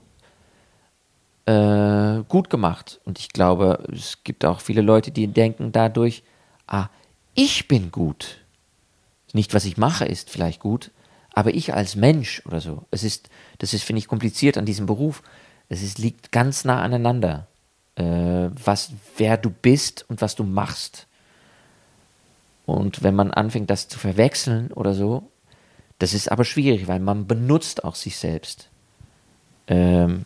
äh, gut gemacht. Und ich glaube, es gibt auch viele Leute, die denken dadurch, ah, ich bin gut. Nicht, was ich mache, ist vielleicht gut, aber ich als Mensch oder so. Es ist, das ist, finde ich, kompliziert an diesem Beruf. Es ist, liegt ganz nah aneinander, äh, was, wer du bist und was du machst. Und wenn man anfängt, das zu verwechseln oder so, das ist aber schwierig, weil man benutzt auch sich selbst. Ähm,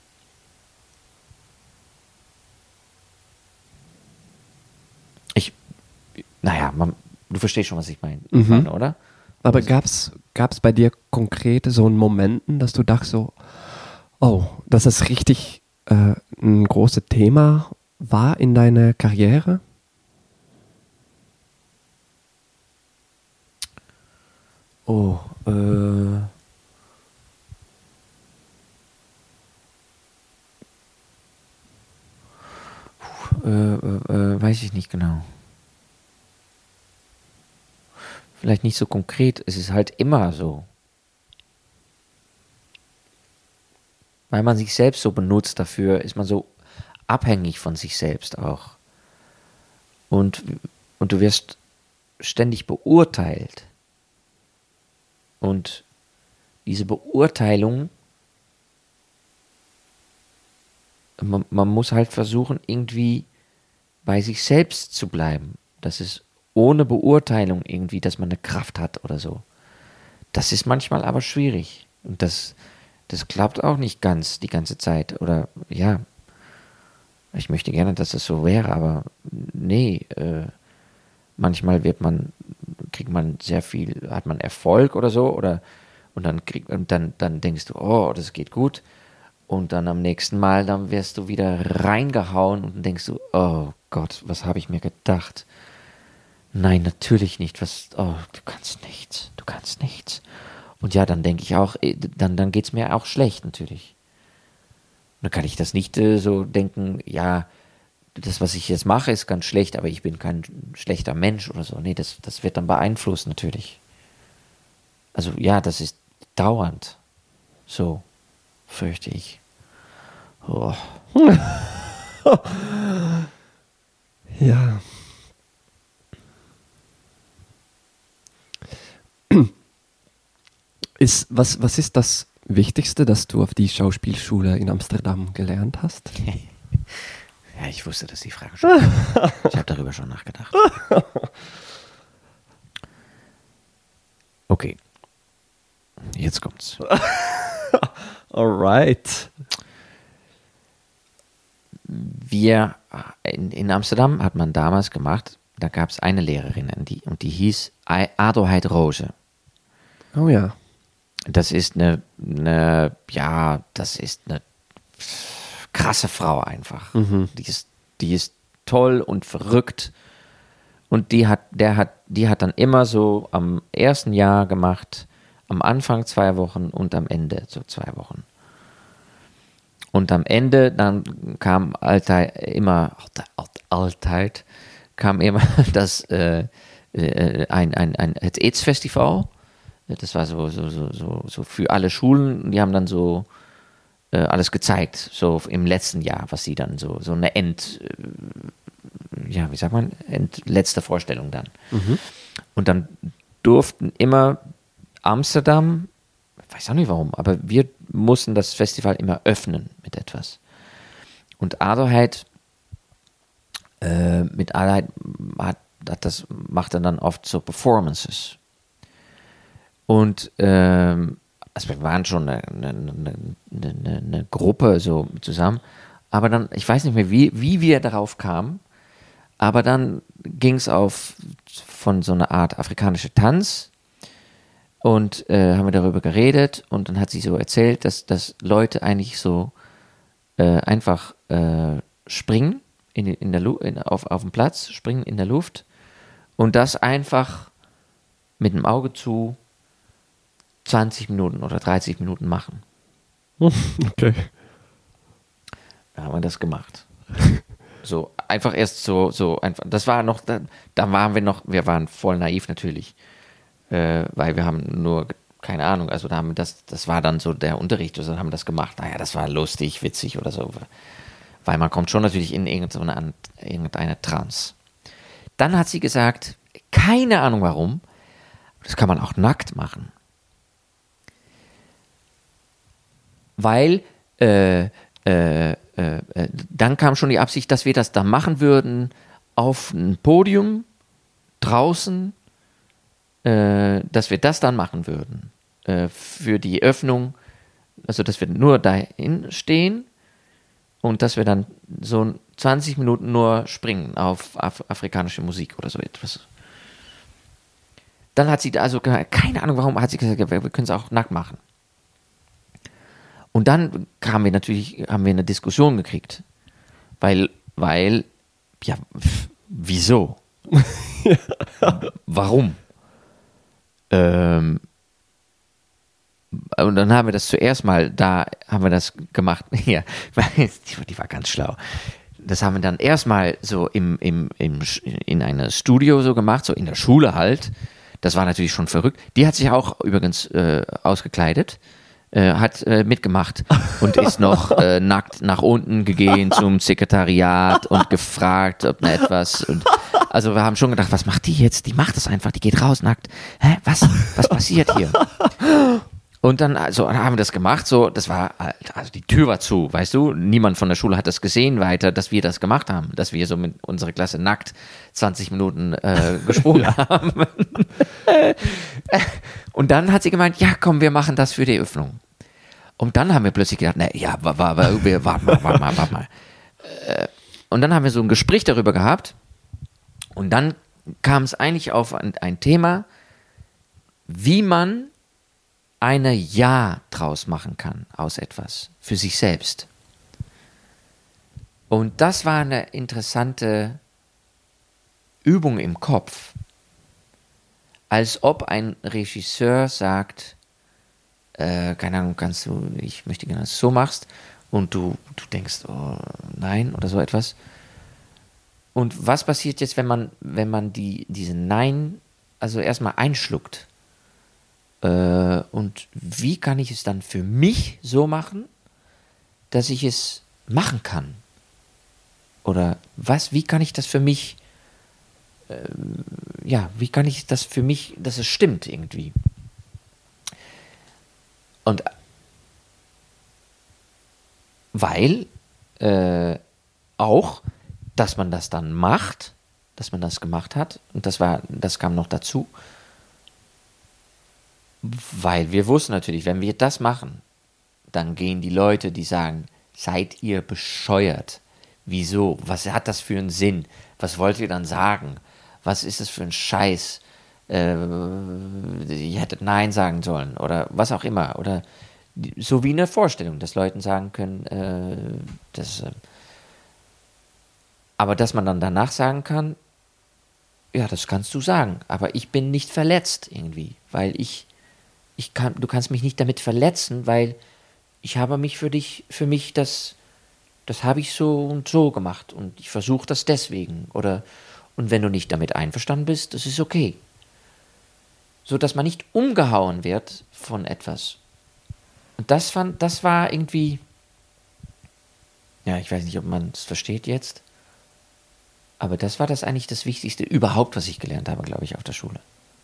ich, naja, man, du verstehst schon, was ich meine, mhm. meine oder? Aber gab es bei dir konkrete so Momenten, dass du dachtest so, oh, dass das richtig äh, ein großes Thema war in deiner Karriere? Oh, äh... Puh, äh, äh, weiß ich nicht genau. Vielleicht nicht so konkret, es ist halt immer so. Weil man sich selbst so benutzt dafür, ist man so abhängig von sich selbst auch. Und, und du wirst ständig beurteilt. Und diese Beurteilung, man, man muss halt versuchen, irgendwie bei sich selbst zu bleiben. Das ist ohne Beurteilung irgendwie, dass man eine Kraft hat oder so. Das ist manchmal aber schwierig. Und das, das klappt auch nicht ganz die ganze Zeit. Oder ja, ich möchte gerne, dass das so wäre, aber nee, äh, manchmal wird man, kriegt man sehr viel, hat man Erfolg oder so, oder und dann kriegt und dann, dann denkst du, oh, das geht gut. Und dann am nächsten Mal, dann wirst du wieder reingehauen und dann denkst du, oh Gott, was habe ich mir gedacht? Nein, natürlich nicht. Was? Oh, du kannst nichts. Du kannst nichts. Und ja, dann denke ich auch, dann, dann geht es mir auch schlecht natürlich. Dann kann ich das nicht äh, so denken, ja, das, was ich jetzt mache, ist ganz schlecht, aber ich bin kein schlechter Mensch oder so. Nee, das, das wird dann beeinflusst natürlich. Also ja, das ist dauernd so, fürchte ich. Oh. Ja. Ist, was, was ist das Wichtigste, das du auf die Schauspielschule in Amsterdam gelernt hast? Ja, ich wusste, dass die Frage schon kommt. Ich habe darüber schon nachgedacht. Okay. Jetzt kommt's. Alright. Wir, in, in Amsterdam hat man damals gemacht, da gab es eine Lehrerin die, und die hieß Adelheid Rose. Oh ja. Das ist eine, eine, ja, das ist eine krasse Frau einfach. Mhm. Die ist, die ist toll und verrückt. Und die hat, der hat, die hat dann immer so am ersten Jahr gemacht, am Anfang zwei Wochen und am Ende so zwei Wochen. Und am Ende dann kam Altheit immer, Altheit, kam immer das äh, ein, ein, ein AIDS-Festival. Das war so, so, so, so, so für alle Schulen. Die haben dann so äh, alles gezeigt, so im letzten Jahr, was sie dann so, so eine End, äh, ja, wie sagt man, End, letzte Vorstellung dann. Mhm. Und dann durften immer Amsterdam, ich weiß auch nicht warum, aber wir mussten das Festival immer öffnen mit etwas. Und Adelheid, äh, mit Adelheid hat, hat das, machte dann oft so Performances. Und ähm, also wir waren schon eine, eine, eine, eine, eine Gruppe so zusammen, aber dann, ich weiß nicht mehr, wie, wie wir darauf kamen, aber dann ging es auf von so einer Art afrikanischer Tanz und äh, haben wir darüber geredet und dann hat sie so erzählt, dass, dass Leute eigentlich so äh, einfach äh, springen in, in der Lu- in, auf, auf dem Platz, springen in der Luft und das einfach mit dem Auge zu zwanzig Minuten oder dreißig Minuten machen. Okay. Da haben wir das gemacht. So, einfach erst so, so einfach. Das war noch, da, da waren wir noch, wir waren voll naiv natürlich. Äh, weil wir haben nur, keine Ahnung, also da haben wir das, das war dann so der Unterricht, also haben wir das gemacht. Naja, das war lustig, witzig oder so. Weil man kommt schon natürlich in irgendeine, irgendeine Trance. Dann hat sie gesagt, keine Ahnung warum, das kann man auch nackt machen. Weil äh, äh, äh, dann kam schon die Absicht, dass wir das da machen würden auf einem Podium draußen, äh, dass wir das dann machen würden äh, für die Öffnung, also dass wir nur dahin stehen und dass wir dann so zwanzig Minuten nur springen auf af- afrikanische Musik oder so etwas. Dann hat sie also, keine Ahnung warum, hat sie gesagt, wir können es auch nackt machen. Und dann kamen wir natürlich, haben wir eine Diskussion gekriegt. Weil, weil, ja, wieso? Ja. Warum? Ähm, und dann haben wir das zuerst mal, da haben wir das gemacht, ja, die war ganz schlau. Das haben wir dann erstmal so im, im, im, in einem Studio so gemacht, so in der Schule halt. Das war natürlich schon verrückt. Die hat sich auch übrigens äh, ausgekleidet. Äh, hat äh, mitgemacht und ist noch äh, nackt nach unten gegangen zum Sekretariat und gefragt, ob ne etwas. Und, also wir haben schon gedacht, was macht die jetzt? Die macht das einfach, die geht raus nackt. Hä, was? Was passiert hier? Und dann also, haben wir das gemacht, so, das war, also die Tür war zu, weißt du, niemand von der Schule hat das gesehen weiter, dass wir das gemacht haben, dass wir so mit unserer Klasse nackt zwanzig Minuten äh, gesprungen ja. haben. Und dann hat sie gemeint, ja komm, wir machen das für die Öffnung. Und dann haben wir plötzlich gedacht, ne, ja, warte mal, warte mal, warte mal, warte mal. Und dann haben wir so ein Gespräch darüber gehabt und dann kam es eigentlich auf ein, ein Thema, wie man eine Ja draus machen kann aus etwas, für sich selbst. Und das war eine interessante Übung im Kopf, als ob ein Regisseur sagt, äh, keine Ahnung, kannst du, ich möchte gerne, dass du so machst, und du, du denkst, oh, nein, oder so etwas. Und was passiert jetzt, wenn man, wenn man die, diese Nein, also erstmal einschluckt? Äh, und wie kann ich es dann für mich so machen, dass ich es machen kann? Oder was, wie kann ich das für mich, äh, ja, wie kann ich das für mich, dass es stimmt irgendwie? Und weil äh, auch, dass man das dann macht, dass man das gemacht hat, und das war, das kam noch dazu, weil wir wussten natürlich, wenn wir das machen, dann gehen die Leute, die sagen, seid ihr bescheuert? Wieso? Was hat das für einen Sinn? Was wollt ihr dann sagen? Was ist das für ein Scheiß? Äh, ihr hättet Nein sagen sollen oder was auch immer. Oder so wie eine Vorstellung, dass Leuten sagen können, äh, dass, äh, aber dass man dann danach sagen kann, ja, das kannst du sagen, aber ich bin nicht verletzt irgendwie, weil ich, ich kann, du kannst mich nicht damit verletzen, weil ich habe mich für dich, für mich das, das habe ich so und so gemacht und ich versuche das deswegen. Oder, und wenn du nicht damit einverstanden bist, das ist okay. So dass man nicht umgehauen wird von etwas. Und das fand, das war irgendwie, ja, ich weiß nicht, ob man es versteht jetzt, aber das war das eigentlich das Wichtigste überhaupt, was ich gelernt habe, glaube ich, auf der Schule.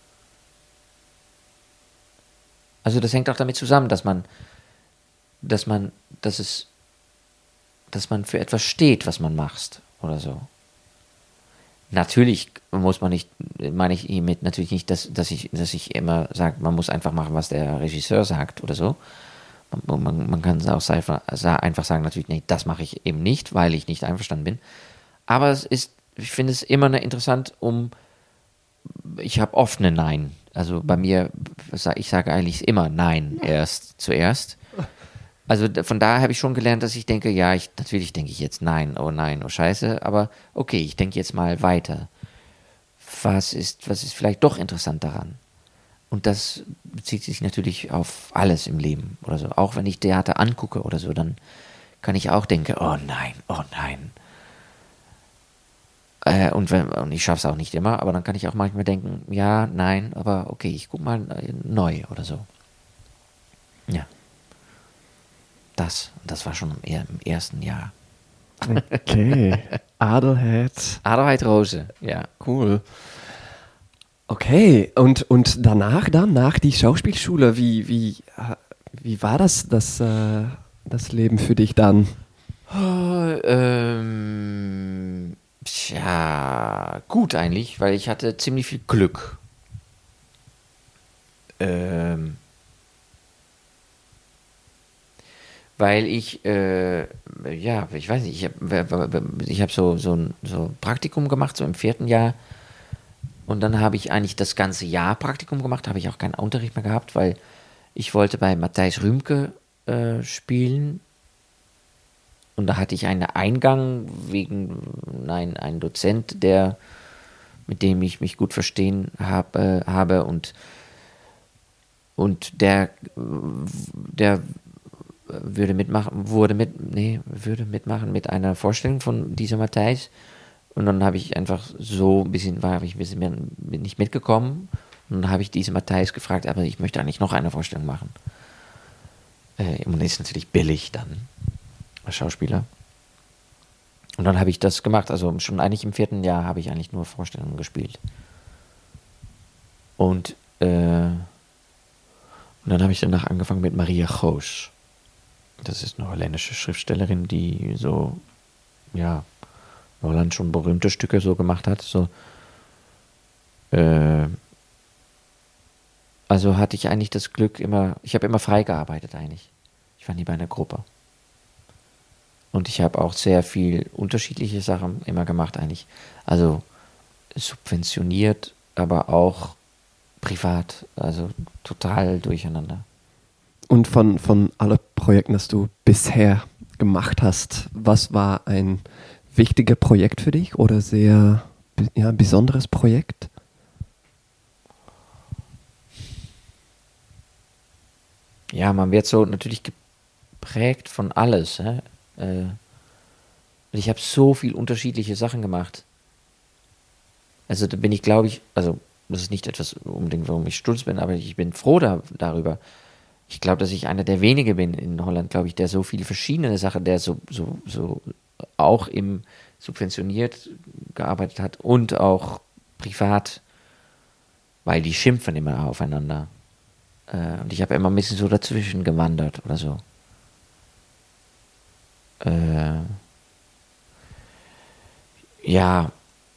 Also das hängt auch damit zusammen, dass man, dass man, dass es, dass man für etwas steht, was man macht oder so. Natürlich muss man nicht, meine ich hiermit natürlich nicht, dass, dass ich, dass ich immer sage, man muss einfach machen, was der Regisseur sagt oder so. Man, man, man kann auch einfach sagen, natürlich, nee, das mache ich eben nicht, weil ich nicht einverstanden bin. Aber es ist, ich finde es immer interessant, um, ich habe oft eine Nein. Also bei mir, ich sage eigentlich immer Nein erst zuerst. Also von daher habe ich schon gelernt, dass ich denke, ja, ich, natürlich denke ich jetzt nein, oh nein, oh scheiße, aber okay, ich denke jetzt mal weiter. Was ist, was ist vielleicht doch interessant daran? Und das bezieht sich natürlich auf alles im Leben oder so. Auch wenn ich Theater angucke oder so, dann kann ich auch denken, oh nein, oh nein. Äh, und, wenn, und ich schaffe es auch nicht immer, aber dann kann ich auch manchmal denken, ja, nein, aber okay, ich gucke mal neu oder so. Ja. Das, das war schon im, im ersten Jahr. Okay. Adelheid. Adelheid Rose, ja. Cool. Okay, und, und danach dann, nach die Schauspielschule, wie, wie, wie war das, das, äh, das Leben für dich dann? Oh, ähm, tja, gut eigentlich, weil ich hatte ziemlich viel Glück. Ähm, weil ich, äh, ja, ich weiß nicht, ich habe ich hab so, so ein so Praktikum gemacht, so im vierten Jahr. Und dann habe ich eigentlich das ganze Jahr Praktikum gemacht, habe ich auch keinen Unterricht mehr gehabt, weil ich wollte bei Matthijs Rühmke äh, spielen. Und da hatte ich einen Eingang wegen, nein, einen Dozent, der, mit dem ich mich gut verstehen hab, äh, habe. Und, und der, der würde mitmachen, wurde mit, nee, würde mitmachen mit einer Vorstellung von dieser Matthijs. Und dann habe ich einfach so ein bisschen, war ich ein bisschen mehr, nicht mitgekommen. Und dann habe ich diese Matthijs gefragt, aber ich möchte eigentlich noch eine Vorstellung machen. Äh, und ist natürlich billig dann, als Schauspieler. Und dann habe ich das gemacht. Also schon eigentlich im vierten Jahr habe ich eigentlich nur Vorstellungen gespielt. Und, äh, und dann habe ich danach angefangen mit Maria Goos. Das ist eine holländische Schriftstellerin, die so, ja, in Holland schon berühmte Stücke so gemacht hat. So, äh, also hatte ich eigentlich das Glück immer, ich habe immer frei gearbeitet eigentlich. Ich war nie bei einer Gruppe. Und ich habe auch sehr viel unterschiedliche Sachen immer gemacht eigentlich. Also subventioniert, aber auch privat. Also total durcheinander. Und von, von allen Projekten, das du bisher gemacht hast, was war ein wichtiges Projekt für dich oder sehr ja, besonderes Projekt? Ja, man wird so natürlich geprägt von alles. Hä? Äh, ich habe so viel unterschiedliche Sachen gemacht. Also da bin ich, glaube ich, also das ist nicht etwas unbedingt, warum ich stolz bin, aber ich bin froh da, darüber. Ich glaube, dass ich einer der wenigen bin in Holland, glaube ich, der so viele verschiedene Sachen, der so, so, so auch im subventioniert gearbeitet hat und auch privat, weil die schimpfen immer aufeinander. Äh, und ich habe immer ein bisschen so dazwischen gewandert oder so. Äh, ja,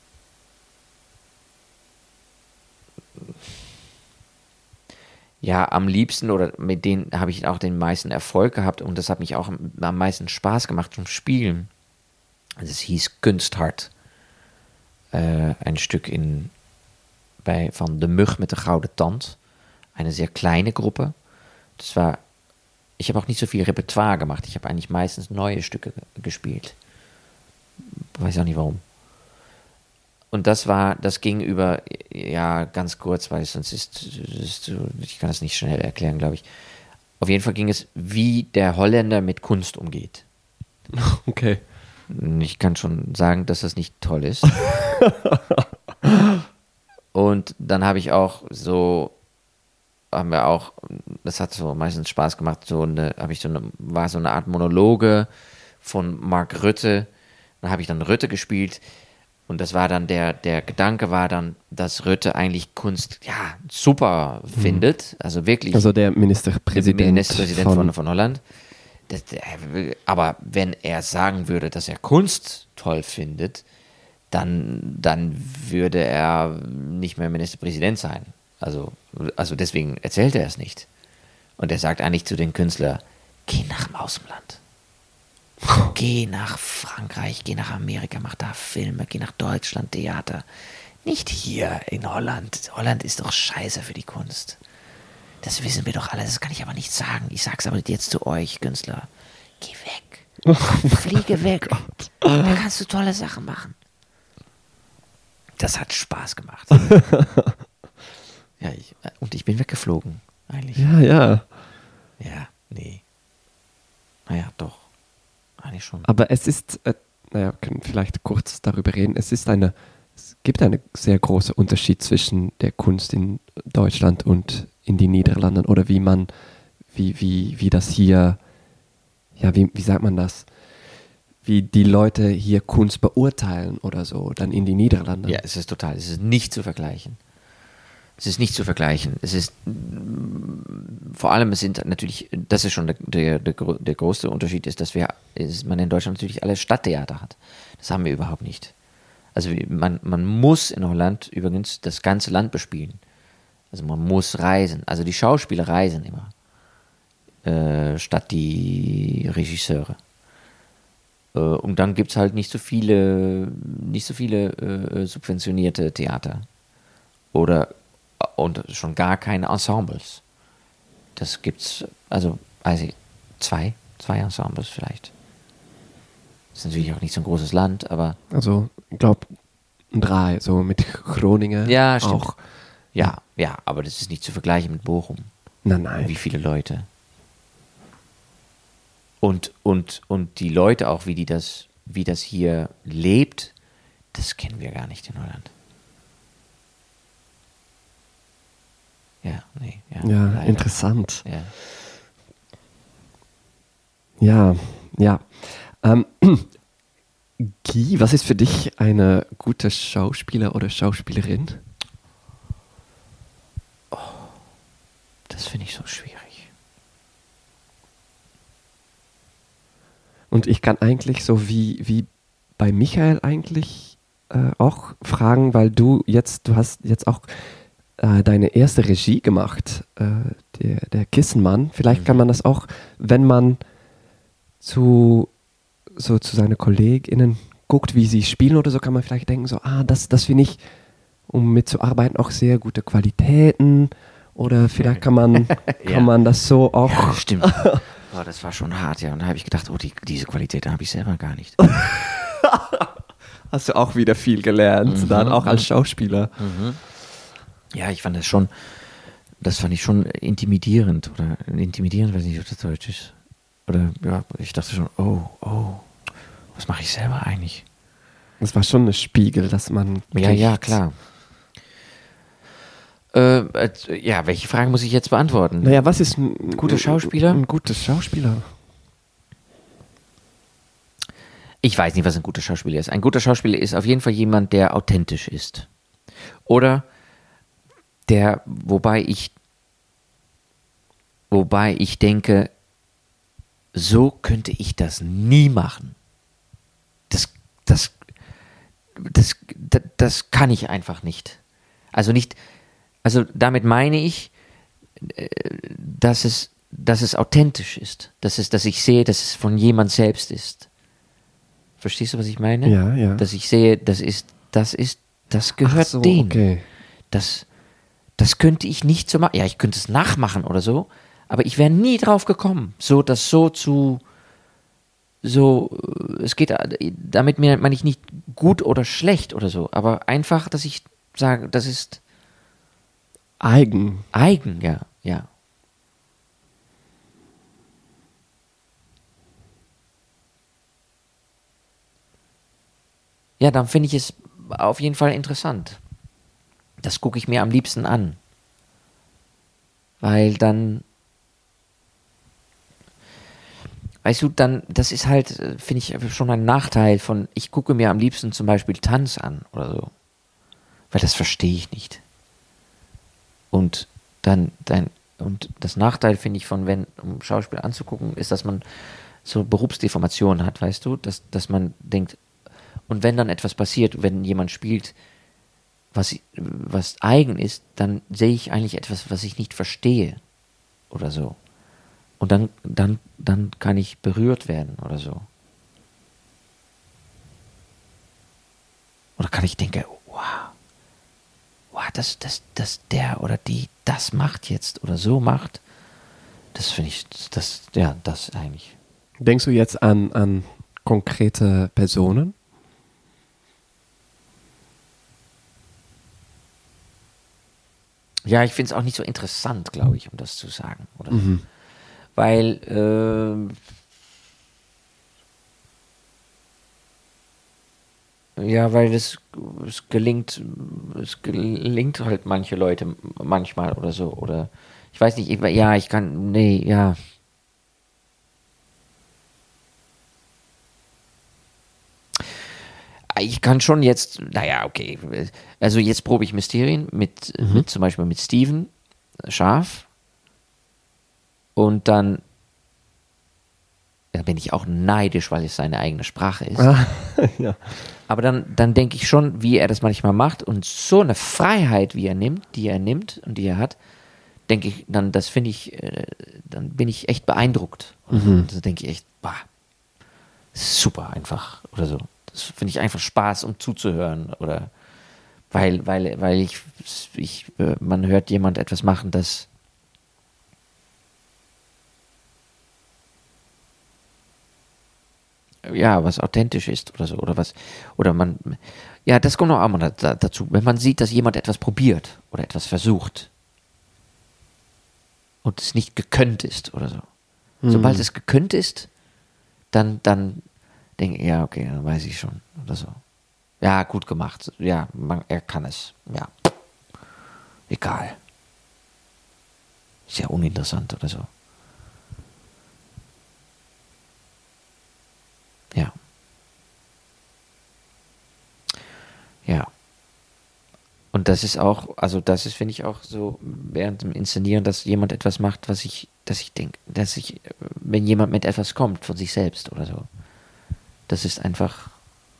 ja, am liebsten oder mit denen habe ich auch den meisten Erfolg gehabt und das hat mich auch am, am meisten Spaß gemacht zum Spielen. Es hieß Kunsthart. Äh, ein Stück in, bei, van De Mug met de Gouden Tand. Eine sehr kleine Gruppe. Das war, ich habe auch nicht so viel Repertoire gemacht. Ich habe eigentlich meistens neue Stücke gespielt. Weiß auch nicht warum. Und das war, das ging über, ja, ganz kurz, weil sonst ist, ist ich kann das nicht schnell erklären, glaube ich. Auf jeden Fall ging es, wie der Holländer mit Kunst umgeht. Okay. Ich kann schon sagen, dass das nicht toll ist. Und dann habe ich auch so, haben wir auch, das hat so meistens Spaß gemacht, so eine, habe ich so eine, war so eine Art Monologe von Mark Rutte. Dann habe ich dann Rutte gespielt. Und das war dann der, der Gedanke war dann, dass Rutte eigentlich Kunst, ja, super findet. Also wirklich. Also der Ministerpräsident, der Ministerpräsident von, von, von Holland. Das, aber wenn er sagen würde, dass er Kunst toll findet, dann, dann würde er nicht mehr Ministerpräsident sein. Also, also deswegen erzählt er es nicht. Und er sagt eigentlich zu den Künstlern, geh nach dem Außenland. Geh nach Frankreich, geh nach Amerika, mach da Filme, geh nach Deutschland, Theater. Nicht hier in Holland. Holland ist doch scheiße für die Kunst. Das wissen wir doch alle, das kann ich aber nicht sagen. Ich sag's aber jetzt zu euch, Künstler. Geh weg. Fliege weg. Da kannst du tolle Sachen machen. Das hat Spaß gemacht. Ja, ich, und ich bin weggeflogen, eigentlich. Ja, ja. Ja, nee. Naja, doch. Eigentlich schon. Aber es ist, äh, naja, wir können vielleicht kurz darüber reden. Es ist eine, es gibt einen sehr großen Unterschied zwischen der Kunst in Deutschland und in den Niederlanden oder wie man, wie, wie, wie das hier, ja, wie, wie sagt man das? Wie die Leute hier Kunst beurteilen oder so, dann in die Niederlande. Ja, es ist total, es ist nicht zu vergleichen. Es ist nicht zu vergleichen. Es ist, vor allem, es sind natürlich, das ist schon der, der, der, der größte Unterschied, ist, dass wir, ist man in Deutschland natürlich alle Stadttheater hat. Das haben wir überhaupt nicht. Also man, man muss in Holland übrigens das ganze Land bespielen. Also man muss reisen. Also die Schauspieler reisen immer, äh, statt die Regisseure. Äh, und dann gibt es halt nicht so viele, nicht so viele äh, subventionierte Theater. Oder und schon gar keine Ensembles. Das gibt's, also, also zwei, zwei Ensembles vielleicht. Das ist natürlich auch nicht so ein großes Land, aber. Also, ich glaube, drei, so mit Groningen. Ja, stimmt. Auch. Ja, ja, aber das ist nicht zu vergleichen mit Bochum. Nein, nein. Wie viele Leute. Und, und, und die Leute auch, wie die das, wie das hier lebt, das kennen wir gar nicht in Holland. Ja, nee. Ja, Ja, leider. interessant. Ja. Ja, ja. Ähm, Guy, was ist für dich eine gute Schauspieler oder Schauspielerin? Oh, das finde ich so schwierig. Und ich kann eigentlich so wie, wie bei Michael eigentlich äh, auch fragen, weil du jetzt, du hast jetzt auch äh, deine erste Regie gemacht, äh, der, der Kissenmann. Vielleicht mhm. kann man das auch, wenn man zu, so zu seinen KollegInnen guckt, wie sie spielen oder so, kann man vielleicht denken, so, ah, das, das finde ich, um mitzuarbeiten, auch sehr gute Qualitäten. Oder vielleicht kann man, kann ja. man das so auch... Ja, stimmt. Oh, das war schon hart, ja. Und da habe ich gedacht, oh, die, diese Qualität habe ich selber gar nicht. Hast du auch wieder viel gelernt, Mhm. dann auch als Schauspieler. Mhm. Ja, ich fand das schon, das fand ich schon intimidierend. Oder intimidierend, weiß nicht, ob das Deutsch ist. Oder ja, ich dachte schon, oh, oh, was mache ich selber eigentlich? Das war schon ein Spiegel, dass man... Ja, ja, klar. Äh, äh, ja, welche Frage muss ich jetzt beantworten? Naja, was ist ein guter Schauspieler? Ein guter Schauspieler. Ich weiß nicht, was ein guter Schauspieler ist. Ein guter Schauspieler ist auf jeden Fall jemand, der authentisch ist. Oder der, wobei ich, wobei ich denke, so könnte ich das nie machen. Das, das, das, das, das kann ich einfach nicht. Also nicht, also damit meine ich, dass es, dass es authentisch ist, dass es, dass ich sehe, dass es von jemand selbst ist. Verstehst du, was ich meine? Ja, ja. Dass ich sehe, das ist, das ist, das gehört Ach so, denen. okay. Das, das könnte ich nicht so machen. Ja, ich könnte es nachmachen oder so, aber ich wäre nie drauf gekommen, so das so zu, so, es geht, damit meine ich nicht gut oder schlecht oder so, aber einfach, dass ich sage, das ist Eigen. eigen, ja, ja. Ja, dann finde ich es auf jeden Fall interessant. Das gucke ich mir am liebsten an. Weil dann, weißt du, dann, das ist halt, finde ich, schon ein Nachteil von, ich gucke mir am liebsten zum Beispiel Tanz an oder so. Weil das verstehe ich nicht. Und dann, dann, und das Nachteil finde ich von, wenn, um Schauspiel anzugucken, ist, dass man so Berufsdeformationen hat, weißt du, dass, dass man denkt, und wenn dann etwas passiert, wenn jemand spielt, was, was eigen ist, dann sehe ich eigentlich etwas, was ich nicht verstehe oder so. Und dann, dann, dann kann ich berührt werden oder so. Oder kann ich denken, wow, wow, dass, dass, dass der oder die das macht jetzt oder so macht, das finde ich, das, ja, das eigentlich. Denkst du jetzt an, an konkrete Personen? Ja, ich finde es auch nicht so interessant, glaube ich, um das zu sagen. Oder? Mhm. Weil, äh, ja, weil es, es gelingt, es gelingt halt manche Leute manchmal oder so. Oder ich weiß nicht, ich, ja, ich kann, nee, ja. Ich kann schon jetzt, naja, okay, also jetzt probe ich Mysterien mit, mhm. mit zum Beispiel mit Steven Scharf und dann, dann bin ich auch neidisch, weil es seine eigene Sprache ist. Ah, ja. Aber dann, dann denke ich schon, wie er das manchmal macht und so eine Freiheit, wie er nimmt, die er nimmt und die er hat, denke ich, dann, das finde ich, äh, dann bin ich echt beeindruckt. Mhm. Also denke ich echt, bah, super einfach oder so. Das finde ich einfach Spaß, um zuzuhören oder weil, weil, weil ich, ich, man hört jemand etwas machen, das ja, was authentisch ist oder so oder was, oder man, ja, das kommt noch einmal dazu, wenn man sieht, dass jemand etwas probiert oder etwas versucht und es nicht gekönnt ist oder so. Mhm. Sobald es gekönnt ist, dann, dann denke ich, ja, okay, dann weiß ich schon oder so. Ja, gut gemacht. Ja, man, er kann es. Ja. Egal. Ist ja uninteressant oder so. Ja. Ja. Und das ist auch, also das ist, finde ich, auch so während dem Inszenieren, dass jemand etwas macht, was ich, dass ich denke, dass ich, wenn jemand mit etwas kommt von sich selbst oder so, das ist einfach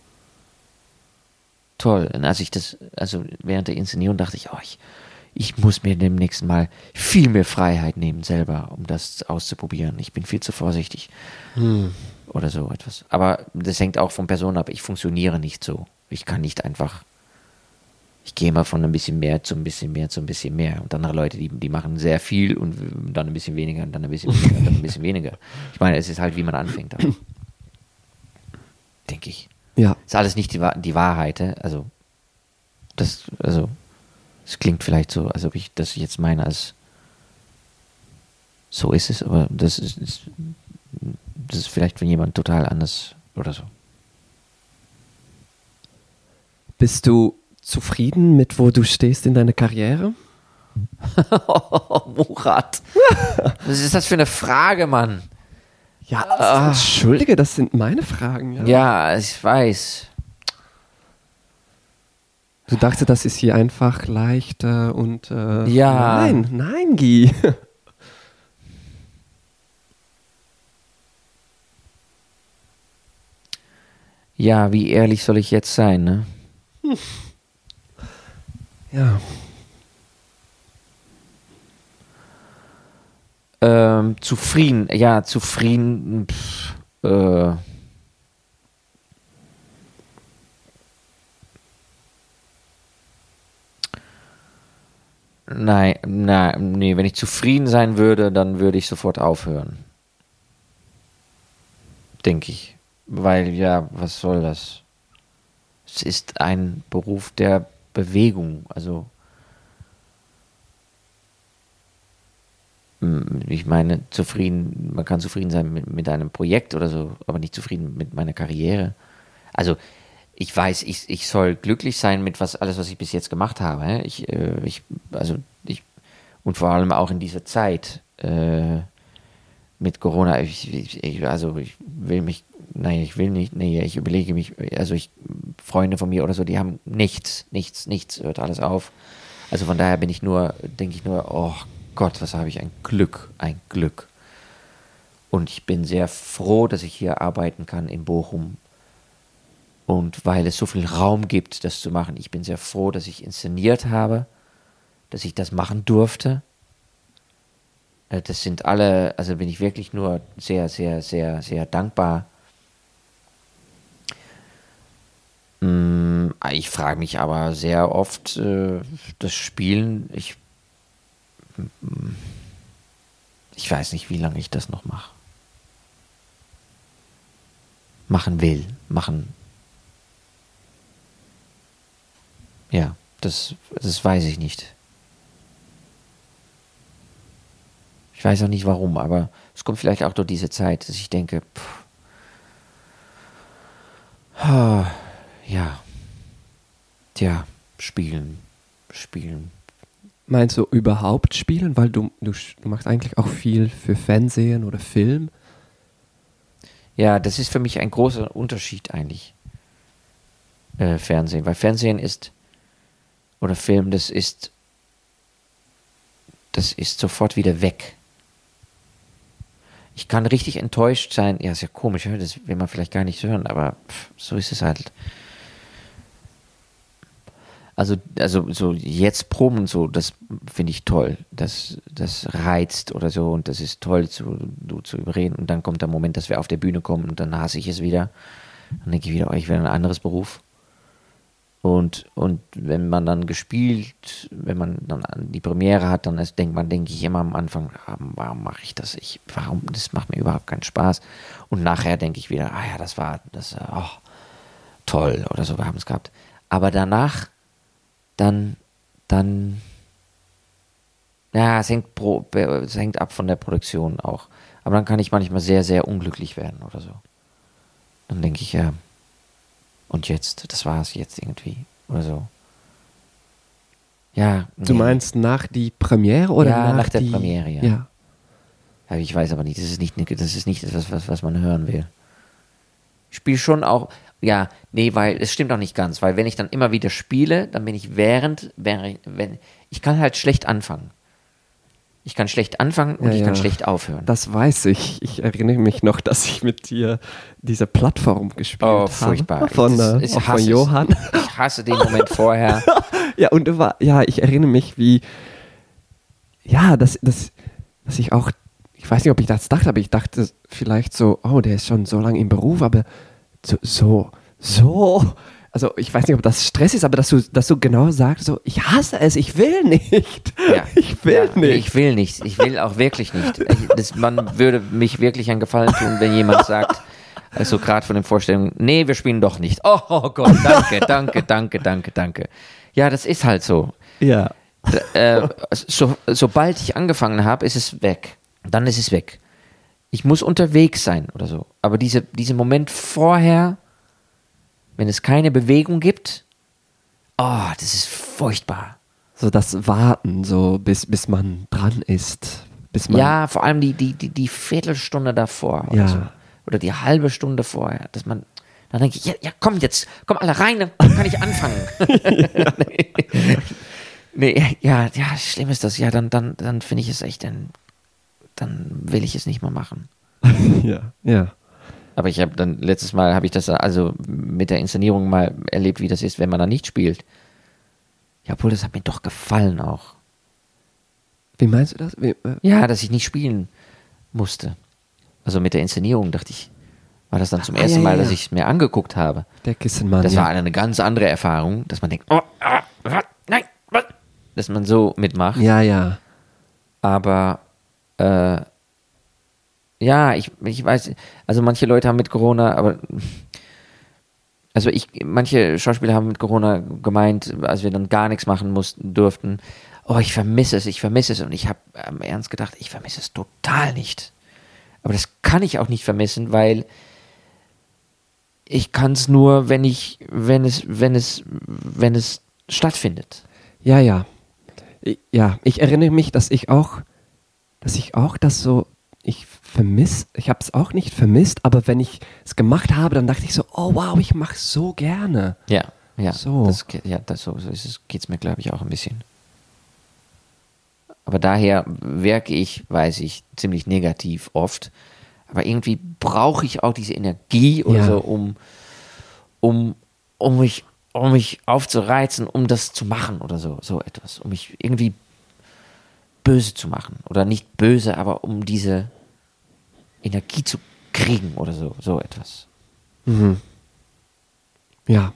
toll. Und als ich das, also während der Inszenierung dachte ich, oh, ich, ich muss mir demnächst mal viel mehr Freiheit nehmen selber, um das auszuprobieren. Ich bin viel zu vorsichtig. Hm. Oder so etwas. Aber das hängt auch von Personen ab. Ich funktioniere nicht so. Ich kann nicht einfach, ich gehe mal von ein bisschen mehr zu ein bisschen mehr zu ein bisschen mehr. Und dann noch Leute, die, die machen sehr viel und dann ein bisschen weniger und dann ein bisschen weniger und dann ein bisschen weniger. Ich meine, es ist halt, wie man anfängt. Aber denke ich. Ja. Ist alles nicht die, die Wahrheit. Also, das, also, es klingt vielleicht so, als ob ich das jetzt meine, als so ist es, aber das ist, ist, das ist vielleicht von jemand total anders oder so. Bist du zufrieden mit, wo du stehst in deiner Karriere? Murat. Was ist das für eine Frage, Mann? Ja, ah. Entschuldige, das sind meine Fragen. Ja, ja, ich weiß. Du dachtest, das ist hier einfach leichter und äh, ja. Nein, nein, Guy. Ja, wie ehrlich soll ich jetzt sein, ne? Hm. Ja. Ähm, zufrieden, ja, zufrieden, pff, äh, nein, nein, nee, wenn ich zufrieden sein würde, dann würde ich sofort aufhören. Denke ich. Weil, ja, was soll das? Es ist ein Beruf der Bewegung, also ich meine, zufrieden, man kann zufrieden sein mit, mit einem Projekt oder so, aber nicht zufrieden mit meiner Karriere. Also ich weiß, ich, ich soll glücklich sein mit was alles, was ich bis jetzt gemacht habe. Ich, äh, ich, also ich, und vor allem auch in dieser Zeit äh, mit Corona. Ich, ich, also ich will mich, nein, ich will nicht, nee, ich überlege mich, also ich, Freunde von mir oder so, die haben nichts, nichts, nichts, hört alles auf. Also von daher bin ich nur, denke ich nur, oh Gott, was habe ich ein Glück, ein Glück. Und ich bin sehr froh, dass ich hier arbeiten kann in Bochum. Und weil es so viel Raum gibt, das zu machen. Ich bin sehr froh, dass ich inszeniert habe, dass ich das machen durfte. Das sind alle, also bin ich wirklich nur sehr, sehr, sehr, sehr dankbar. Ich frage mich aber sehr oft, äh, das Spielen, ich Ich weiß nicht, wie lange ich das noch mache. Machen will, machen. Ja, das, das weiß ich nicht. Ich weiß auch nicht warum, aber es kommt vielleicht auch durch diese Zeit, dass ich denke, pff, ah, ja, tja, spielen, spielen. Meinst du überhaupt spielen? Weil du, du, du machst eigentlich auch viel für Fernsehen oder Film. Ja, das ist für mich ein großer Unterschied eigentlich. Äh, Fernsehen. Weil Fernsehen ist, oder Film, das ist, das ist sofort wieder weg. Ich kann richtig enttäuscht sein. Ja, ist ja komisch, das will man vielleicht gar nicht hören, aber pff, so ist es halt. Also, also so jetzt Proben und so, das finde ich toll. Das, das reizt oder so und das ist toll zu, zu überreden. Und dann kommt der Moment, dass wir auf der Bühne kommen und dann hasse ich es wieder. Dann denke ich wieder, oh, ich will ein anderes Beruf. Und, und wenn man dann gespielt, wenn man dann die Premiere hat, dann ist, denkt man, denke ich immer am Anfang, warum mache ich das? Ich, warum? Das macht mir überhaupt keinen Spaß. Und nachher denke ich wieder, ah ja, das war, das, oh, toll oder so, wir haben es gehabt. Aber danach dann, dann, ja, es hängt, pro, es hängt ab von der Produktion auch. Aber dann kann ich manchmal sehr, sehr unglücklich werden oder so. Dann denke ich, ja, und jetzt, das war es jetzt irgendwie oder so. Ja. Du nee. meinst nach die Premiere oder ja, nach, nach der die, Premiere, ja. ja. Ja, ich weiß aber nicht, das ist nicht, das ist nicht etwas, was, was man hören will. Ich spiele schon auch, ja, nee, weil es stimmt auch nicht ganz, weil wenn ich dann immer wieder spiele, dann bin ich während, während wenn, ich kann halt schlecht anfangen. Ich kann schlecht anfangen und ja, ich ja. kann schlecht aufhören. Das weiß ich. Ich erinnere mich noch, dass ich mit dir diese Plattform gespielt habe. Oh, furchtbar. Habe. Von, das, äh, ich von hasse Johann. Es. Ich hasse den Moment vorher. Ja, und du war, ja, ich erinnere mich, wie, ja, dass, dass, dass ich auch, ich weiß nicht, ob ich das dachte, aber ich dachte vielleicht so, oh, der ist schon so lange im Beruf, aber so, so, so, also ich weiß nicht, ob das Stress ist, aber dass du, dass du genau sagst, so, ich hasse es, ich will nicht. Ja. Ich will ja, nicht. Nee, ich will nicht. Ich will auch wirklich nicht. Ich, das, man würde mich wirklich einen Gefallen tun, wenn jemand sagt, also gerade von den Vorstellungen, nee, wir spielen doch nicht. Oh, oh Gott, danke, danke, danke, danke, danke. Ja, das ist halt so. Ja. Äh, so, sobald ich angefangen habe, ist es weg. Dann ist es weg. Ich muss unterwegs sein oder so. Aber diese, dieser Moment vorher, wenn es keine Bewegung gibt, oh, das ist furchtbar. So das Warten, so bis, bis man dran ist. Bis man ja, vor allem die, die, die, die Viertelstunde davor oder ja. so. Oder die halbe Stunde vorher, dass man, dann denke ich, ja, ja komm jetzt, komm alle rein, dann kann ich anfangen. nee, nee, ja, ja, schlimm ist das. Ja, dann, dann, dann finde ich es echt, dann, dann will ich es nicht mehr machen. ja, ja. Aber ich habe dann, letztes Mal habe ich das also mit der Inszenierung mal erlebt, wie das ist, wenn man da nicht spielt. Ja, obwohl, das hat mir doch gefallen auch. Wie meinst du das? Wie, äh? Ja, dass ich nicht spielen musste. Also mit der Inszenierung dachte ich, war das dann zum ah, ersten ja, Mal, ja, dass ich es mir angeguckt habe. Der Kissenmann. Das ja. war eine ganz andere Erfahrung, dass man denkt, oh, ah, was, nein, was? Dass man so mitmacht. Ja, ja. Aber, äh, ja, ich, ich weiß, also manche Leute haben mit Corona, aber, also ich, manche Schauspieler haben mit Corona gemeint, als wir dann gar nichts machen mussten, durften, oh, ich vermisse es, ich vermisse es. Und ich habe ähm, ernst gedacht, ich vermisse es total nicht. Aber das kann ich auch nicht vermissen, weil ich kann es nur, wenn ich, wenn es, wenn es, wenn es stattfindet. Ja, ja. Ich, ja, ich erinnere mich, dass ich auch, dass ich auch das so, ich vermisse, ich habe es auch nicht vermisst, aber wenn ich es gemacht habe, dann dachte ich so, oh wow, ich mache es so gerne. Ja, ja. So. Das, ja, das, so, so geht es mir, glaube ich, auch ein bisschen. Aber daher wirke ich, weiß ich, ziemlich negativ oft. Aber irgendwie brauche ich auch diese Energie oder ja. so, um, um, um, mich, um mich aufzureizen, um das zu machen oder so, so etwas. Um mich irgendwie böse zu machen. Oder nicht böse, aber um diese Energie zu kriegen oder so, so etwas. Mhm. Ja.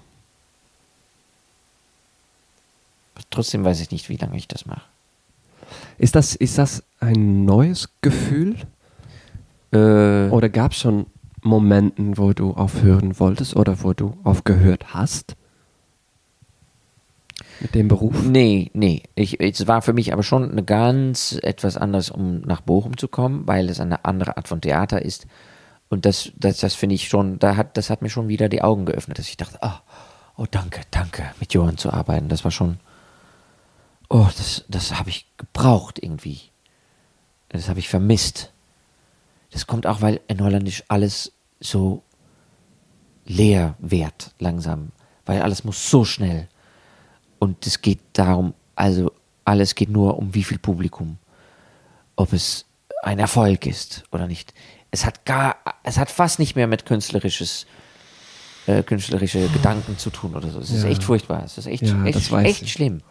Aber trotzdem weiß ich nicht, wie lange ich das mache. Ist das, ist das ein neues Gefühl? Äh, oder gab es schon Momenten, wo du aufhören wolltest oder wo du aufgehört hast? Mit dem Beruf? Nee, nee. Ich, es war für mich aber schon eine ganz etwas anderes, um nach Bochum zu kommen, weil es eine andere Art von Theater ist. Und das, das, das finde ich schon, da hat, das hat mir schon wieder die Augen geöffnet, dass ich dachte, oh, oh danke, danke, mit Johann zu arbeiten. Das war schon, oh, das, das habe ich gebraucht irgendwie. Das habe ich vermisst. Das kommt auch, weil in Holländisch alles so leer wird, langsam. Weil alles muss so schnell. Und es geht darum, also alles geht nur um wie viel Publikum. Ob es ein Erfolg ist oder nicht. Es hat gar, es hat fast nicht mehr mit künstlerisches, äh, künstlerische Gedanken zu tun oder so. Es ist ja. echt furchtbar. Es ist echt, ja, echt, echt schlimm.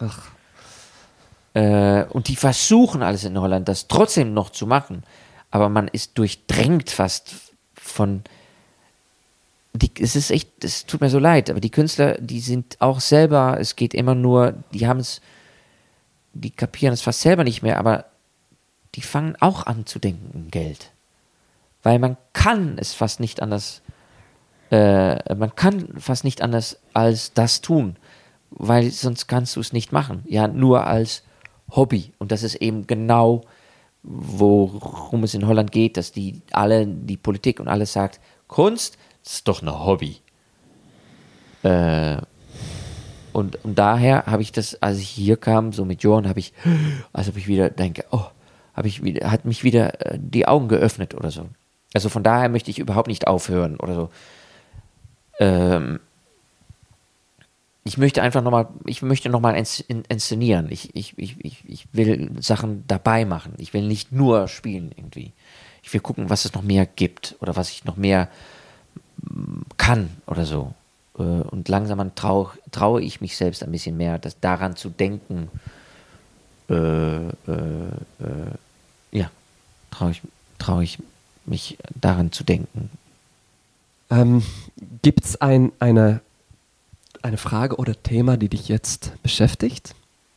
Äh, und die versuchen alles in Holland, das trotzdem noch zu machen. Aber man ist durchdrängt fast von, die, es ist echt, es tut mir so leid, aber die Künstler, die sind auch selber, es geht immer nur, die haben es, die kapieren es fast selber nicht mehr, aber die fangen auch an zu denken um Geld. Weil man kann es fast nicht anders, äh, man kann fast nicht anders als das tun, weil sonst kannst du es nicht machen. Ja, nur als Hobby. Und das ist eben genau, worum es in Holland geht, dass die alle, die Politik und alles sagt, Kunst ist doch ein Hobby. Äh, und, und daher habe ich das, als ich hier kam, so mit Johann, habe ich, als ob ich wieder denke, oh, habe ich wieder, hat mich wieder äh, die Augen geöffnet oder so. Also von daher möchte ich überhaupt nicht aufhören oder so. Ähm, ich möchte einfach nochmal, ich möchte nochmal inszenieren. Ich, ich, ich, ich will Sachen dabei machen. Ich will nicht nur spielen irgendwie. Ich will gucken, was es noch mehr gibt oder was ich noch mehr kann oder so. Und langsam traue, traue ich mich selbst ein bisschen mehr, das daran zu denken. Äh, äh, äh, ja, traue ich, traue ich mich daran zu denken. Ähm, gibt es ein, eine Eine Frage oder Thema, die dich jetzt beschäftigt?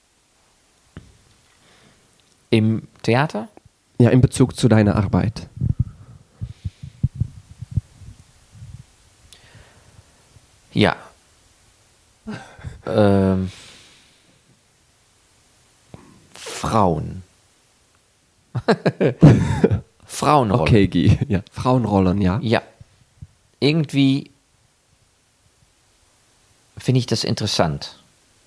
Im Theater? Ja, in Bezug zu deiner Arbeit. Ja. ähm. Frauen. Frauenrollen. Okay, Guy. Ja, Frauenrollen, ja. Ja. Irgendwie finde ich das interessant.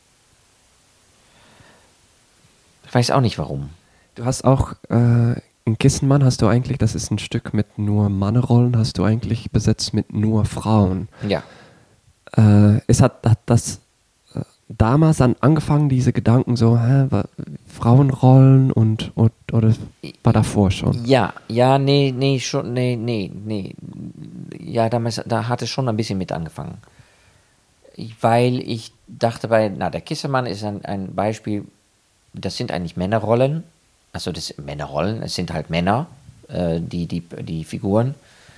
Ich weiß auch nicht warum. Du hast auch äh, in Kissenmann hast du eigentlich, das ist ein Stück mit nur Mannenrollen, hast du eigentlich besetzt mit nur Frauen. Ja. Äh, es hat, hat das äh, damals dann angefangen, diese Gedanken so, hä, wa, Frauenrollen und, und oder war davor schon? Ja, ja, nee, nee, schon, nee, nee, nee. ja, damals, da hat es schon ein bisschen mit angefangen. Ich, weil ich dachte bei, na, der Kissemann ist ein, ein Beispiel, das sind eigentlich Männerrollen, also das Männerrollen, es sind halt Männer, äh, die, die, die Figuren.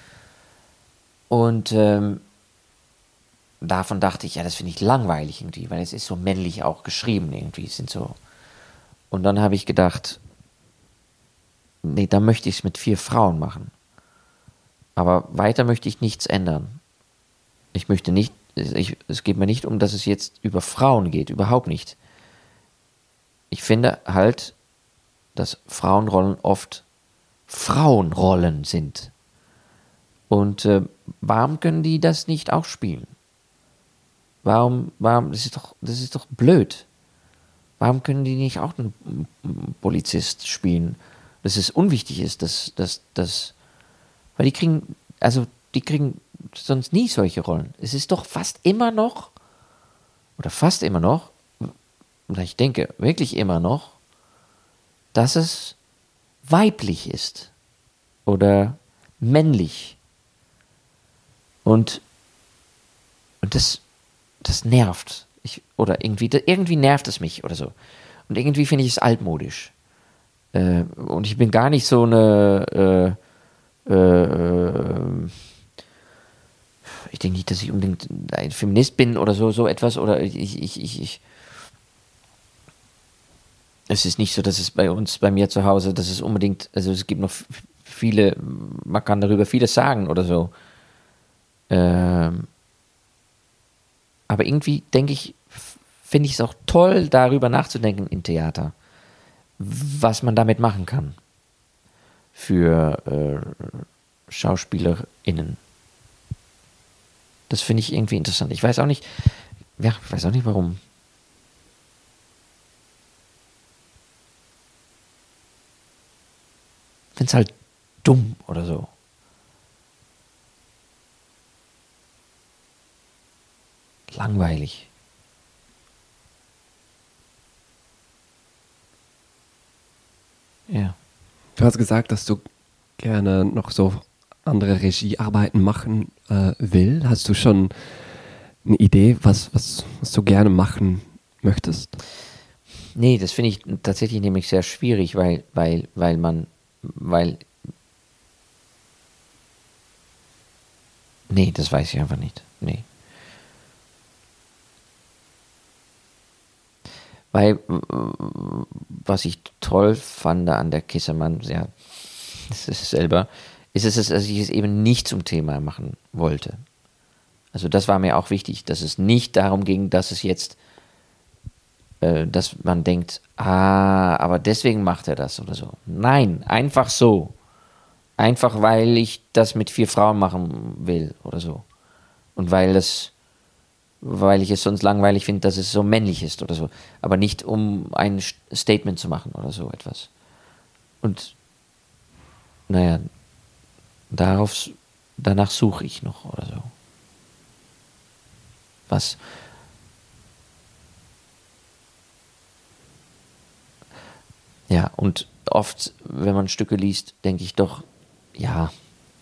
Und ähm, davon dachte ich, ja, das finde ich langweilig irgendwie, weil es ist so männlich auch geschrieben irgendwie, es sind so. Und dann habe ich gedacht, nee, da möchte ich es mit vier Frauen machen. Aber weiter möchte ich nichts ändern. Ich möchte nicht, ich, es geht mir nicht um, dass es jetzt über Frauen geht, überhaupt nicht. Ich finde halt, dass Frauenrollen oft Frauenrollen sind. Und äh, warum können die das nicht auch spielen? Warum, warum, das ist doch, das ist doch blöd. Warum können die nicht auch einen Polizist spielen? Dass es unwichtig ist, dass, dass, dass, weil die kriegen, also die kriegen sonst nie solche Rollen. Es ist doch fast immer noch, oder fast immer noch, oder ich denke wirklich immer noch, dass es weiblich ist oder männlich. Und, und das, das nervt. Ich, oder irgendwie, irgendwie nervt es mich oder so. Und irgendwie finde ich es altmodisch. Äh, und ich bin gar nicht so eine, äh, äh, ich denke nicht, dass ich unbedingt ein Feminist bin oder so, so etwas. Oder ich, ich, ich, ich, es ist nicht so, dass es bei uns, bei mir zu Hause, dass es unbedingt, also es gibt noch viele, man kann darüber vieles sagen oder so. Ähm, aber irgendwie denke ich, finde ich es auch toll, darüber nachzudenken im Theater, was man damit machen kann für äh, SchauspielerInnen. Das finde ich irgendwie interessant. Ich weiß auch nicht, ja, ich weiß auch nicht warum. Ich finde es halt dumm oder so. Langweilig. Ja. Du hast gesagt, dass du gerne noch so andere Regiearbeiten machen äh, will. Hast du schon eine Idee, was, was, was du gerne machen möchtest? Nee, das finde ich tatsächlich nämlich sehr schwierig, weil, weil, weil man, weil, nee, das weiß ich einfach nicht. Nee. Weil, was ich toll fand an der Kissemann, ja, das ist selber, ist es, dass ich es eben nicht zum Thema machen wollte. Also das war mir auch wichtig, dass es nicht darum ging, dass es jetzt, äh, dass man denkt, ah, aber deswegen macht er das oder so. Nein, einfach so. Einfach weil ich das mit vier Frauen machen will oder so. Und weil es weil ich es sonst langweilig finde, dass es so männlich ist oder so. Aber nicht, um ein Statement zu machen oder so etwas. Und naja, darauf, danach suche ich noch oder so. Was? Ja, und oft, wenn man Stücke liest, denke ich doch, ja,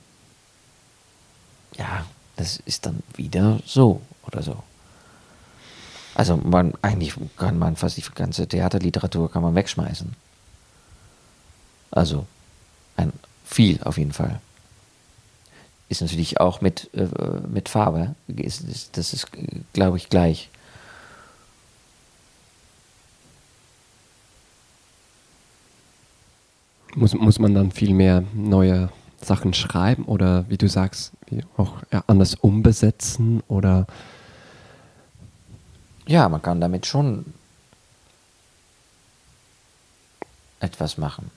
ja, das ist dann wieder so oder so. Also man, eigentlich kann man fast die ganze Theaterliteratur kann man wegschmeißen. Also ein, viel auf jeden Fall. Ist natürlich auch mit, äh, mit Farbe. Ist, ist, das ist, glaube ich, gleich. Muss, muss man dann viel mehr neue Sachen schreiben oder wie du sagst, wie auch ja, anders umbesetzen oder? Ja, man kann damit schon etwas machen.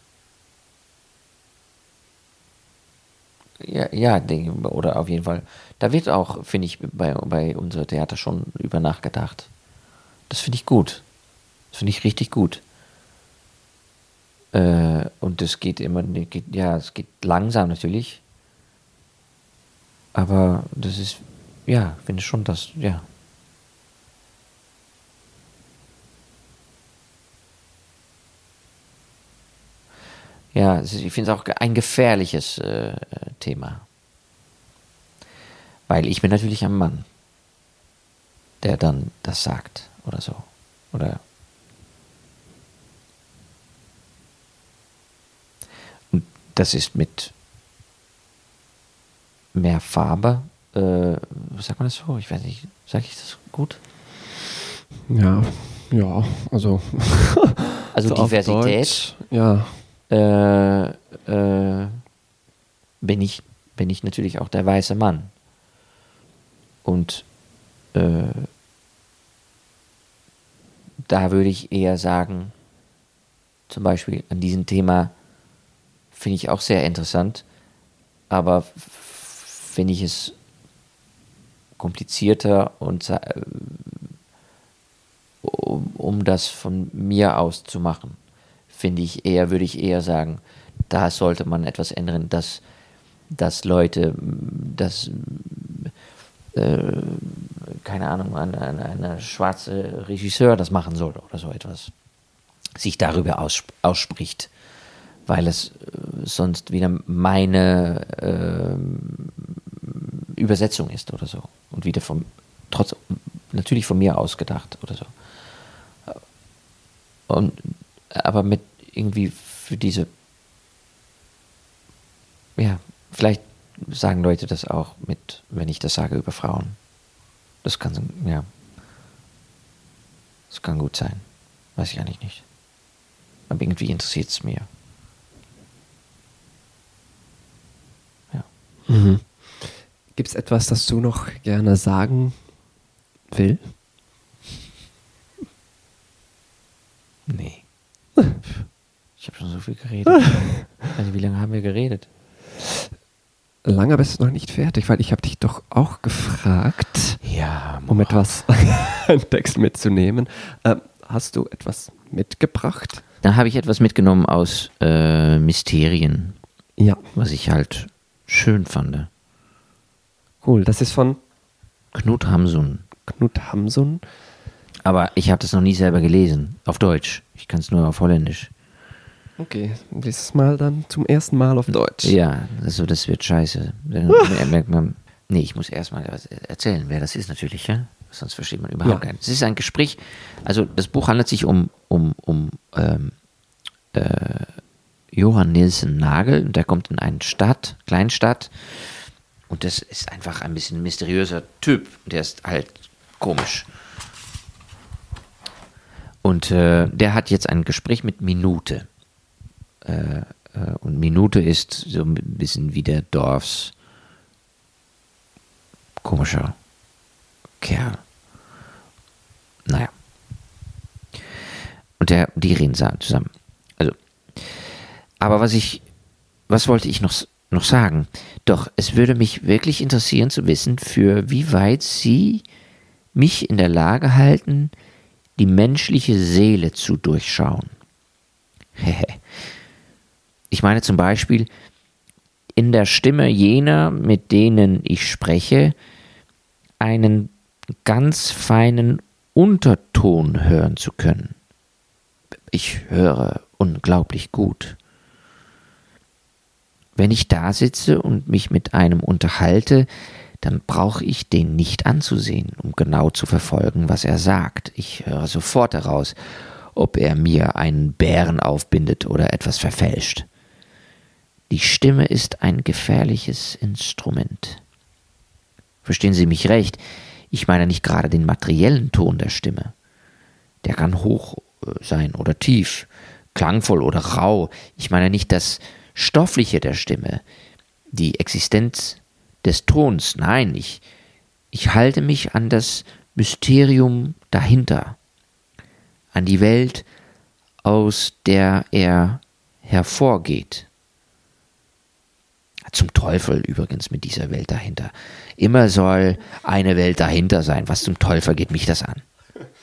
Ja, ja, oder auf jeden Fall. Da wird auch, finde ich, bei, bei unserem Theater schon über nachgedacht. Das finde ich gut. Das finde ich richtig gut. Äh, und das geht immer, geht, ja, es geht langsam natürlich. Aber das ist, ja, finde ich schon das, ja. Ja, ich finde es auch ein gefährliches äh, Thema. Weil ich bin natürlich ein Mann, der dann das sagt oder so. Oder und das ist mit mehr Farbe, äh, sagt man das so? Ich weiß nicht, sage ich das gut? Ja, ja, also. Also so auf Diversität. Deutsch, ja. Äh, äh, bin ich, bin ich natürlich auch der weiße Mann. Und äh, da würde ich eher sagen, zum Beispiel an diesem Thema finde ich auch sehr interessant, aber finde ich es komplizierter und äh, um, um das von mir aus zu machen, finde ich eher, würde ich eher sagen, da sollte man etwas ändern, dass, dass Leute, dass äh, keine Ahnung, ein, ein, ein schwarzer Regisseur das machen soll oder so etwas, sich darüber aussp- ausspricht, weil es äh, sonst wieder meine äh, Übersetzung ist oder so und wieder vom, trotz, natürlich von mir ausgedacht oder so. Und, aber mit irgendwie für diese, ja, vielleicht sagen Leute das auch mit, wenn ich das sage über Frauen. Das kann, ja, das kann gut sein. Weiß ich eigentlich nicht. Aber irgendwie interessiert es mir. Ja. Mhm. Gibt es etwas, das du noch gerne sagen will? Nee. Ich habe schon so viel geredet. Also wie lange haben wir geredet? Lange bist du noch nicht fertig, weil ich habe dich doch auch gefragt, ja, um etwas, einen Text mitzunehmen. Ähm, hast du etwas mitgebracht? Da habe ich etwas mitgenommen aus äh, Mysterien, ja, was ich halt schön fand. Cool, das ist von Knut Hamsun. Knut Hamsun. Aber ich habe das noch nie selber gelesen, auf Deutsch. Ich kann es nur auf Holländisch. Okay, dieses Mal dann zum ersten Mal auf Deutsch. Ja, also das wird scheiße. Dann merkt man, nee, ich muss erstmal erzählen, wer das ist natürlich, ja? Sonst versteht man überhaupt ja. nicht. Es ist ein Gespräch, also das Buch handelt sich um, um, um ähm, äh, Johan Nielsen Nagel, und der kommt in eine Stadt, Kleinstadt, und das ist einfach ein bisschen ein mysteriöser Typ, der ist halt komisch. Und äh, der hat jetzt ein Gespräch mit Minute. Äh, äh, und Minute ist so ein bisschen wie der Dorfs komischer Kerl. Naja. Und der, die reden zusammen. Also, aber was ich, was wollte ich noch, noch sagen? Doch, es würde mich wirklich interessieren zu wissen, für wie weit Sie mich in der Lage halten, die menschliche Seele zu durchschauen. Ich meine zum Beispiel, in der Stimme jener, mit denen ich spreche, einen ganz feinen Unterton hören zu können. Ich höre unglaublich gut. Wenn ich da sitze und mich mit einem unterhalte, dann brauche ich den nicht anzusehen, um genau zu verfolgen, was er sagt. Ich höre sofort heraus, ob er mir einen Bären aufbindet oder etwas verfälscht. Die Stimme ist ein gefährliches Instrument. Verstehen Sie mich recht, ich meine nicht gerade den materiellen Ton der Stimme. Der kann hoch sein oder tief, klangvoll oder rau. Ich meine nicht das Stoffliche der Stimme, die Existenz des Tons. Nein, ich, ich halte mich an das Mysterium dahinter, an die Welt, aus der er hervorgeht. Zum Teufel übrigens mit dieser Welt dahinter. Immer soll eine Welt dahinter sein. Was zum Teufel geht mich das an?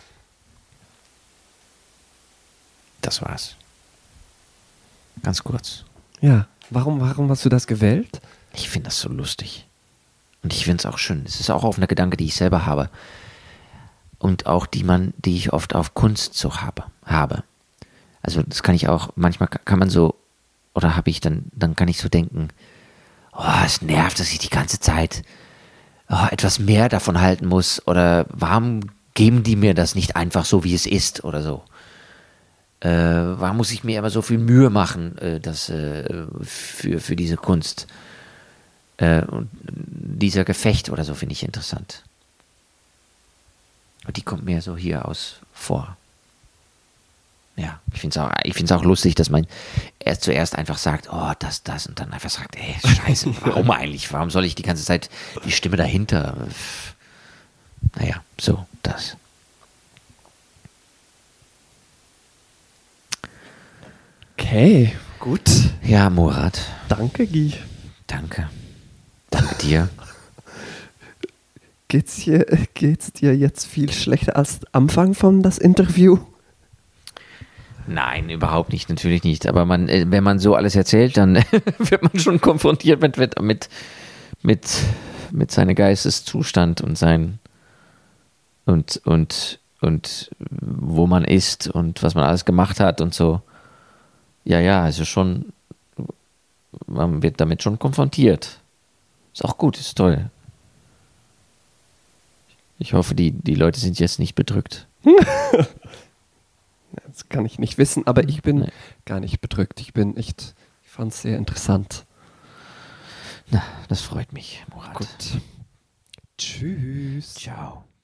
Das war's. Ganz kurz. Ja, warum, warum hast du das gewählt? Ich finde das so lustig. Und ich finde es auch schön. Es ist auch auf eine Gedanke, die ich selber habe. Und auch die man, die ich oft auf Kunst so habe. habe. Also das kann ich auch, manchmal kann man so, oder habe ich dann, dann kann ich so denken, oh, es nervt, dass ich die ganze Zeit oh, etwas mehr davon halten muss oder warum geben die mir das nicht einfach so, wie es ist oder so. Äh, warum muss ich mir immer so viel Mühe machen, äh, das, äh, für, für diese Kunst? Äh, und dieser Gefecht oder so finde ich interessant. Und die kommt mir so hier aus vor. Ja, ich finde es auch, ich find's auch lustig, dass man erst zuerst einfach sagt, oh, das, das, und dann einfach sagt, ey, scheiße, warum eigentlich? Warum soll ich die ganze Zeit die Stimme dahinter? Naja, so, das. Okay, gut. Ja, Murat. Danke, Guy. Danke. Danke dir. Geht's dir, geht's dir jetzt viel schlechter als Anfang von das Interview? Nein, überhaupt nicht, natürlich nicht. Aber man, wenn man so alles erzählt, dann wird man schon konfrontiert mit, mit, mit, mit seinem Geisteszustand und sein und, und, und wo man ist und was man alles gemacht hat und so. Ja, ja, also schon, man wird damit schon konfrontiert. Ist auch gut, ist toll. Ich hoffe, die, die Leute sind jetzt nicht bedrückt. Das kann ich nicht wissen, aber ich bin Nee. gar nicht bedrückt. Ich bin echt, ich fand es sehr interessant. Na, das freut mich, Murat. Gut. Tschüss. Ciao.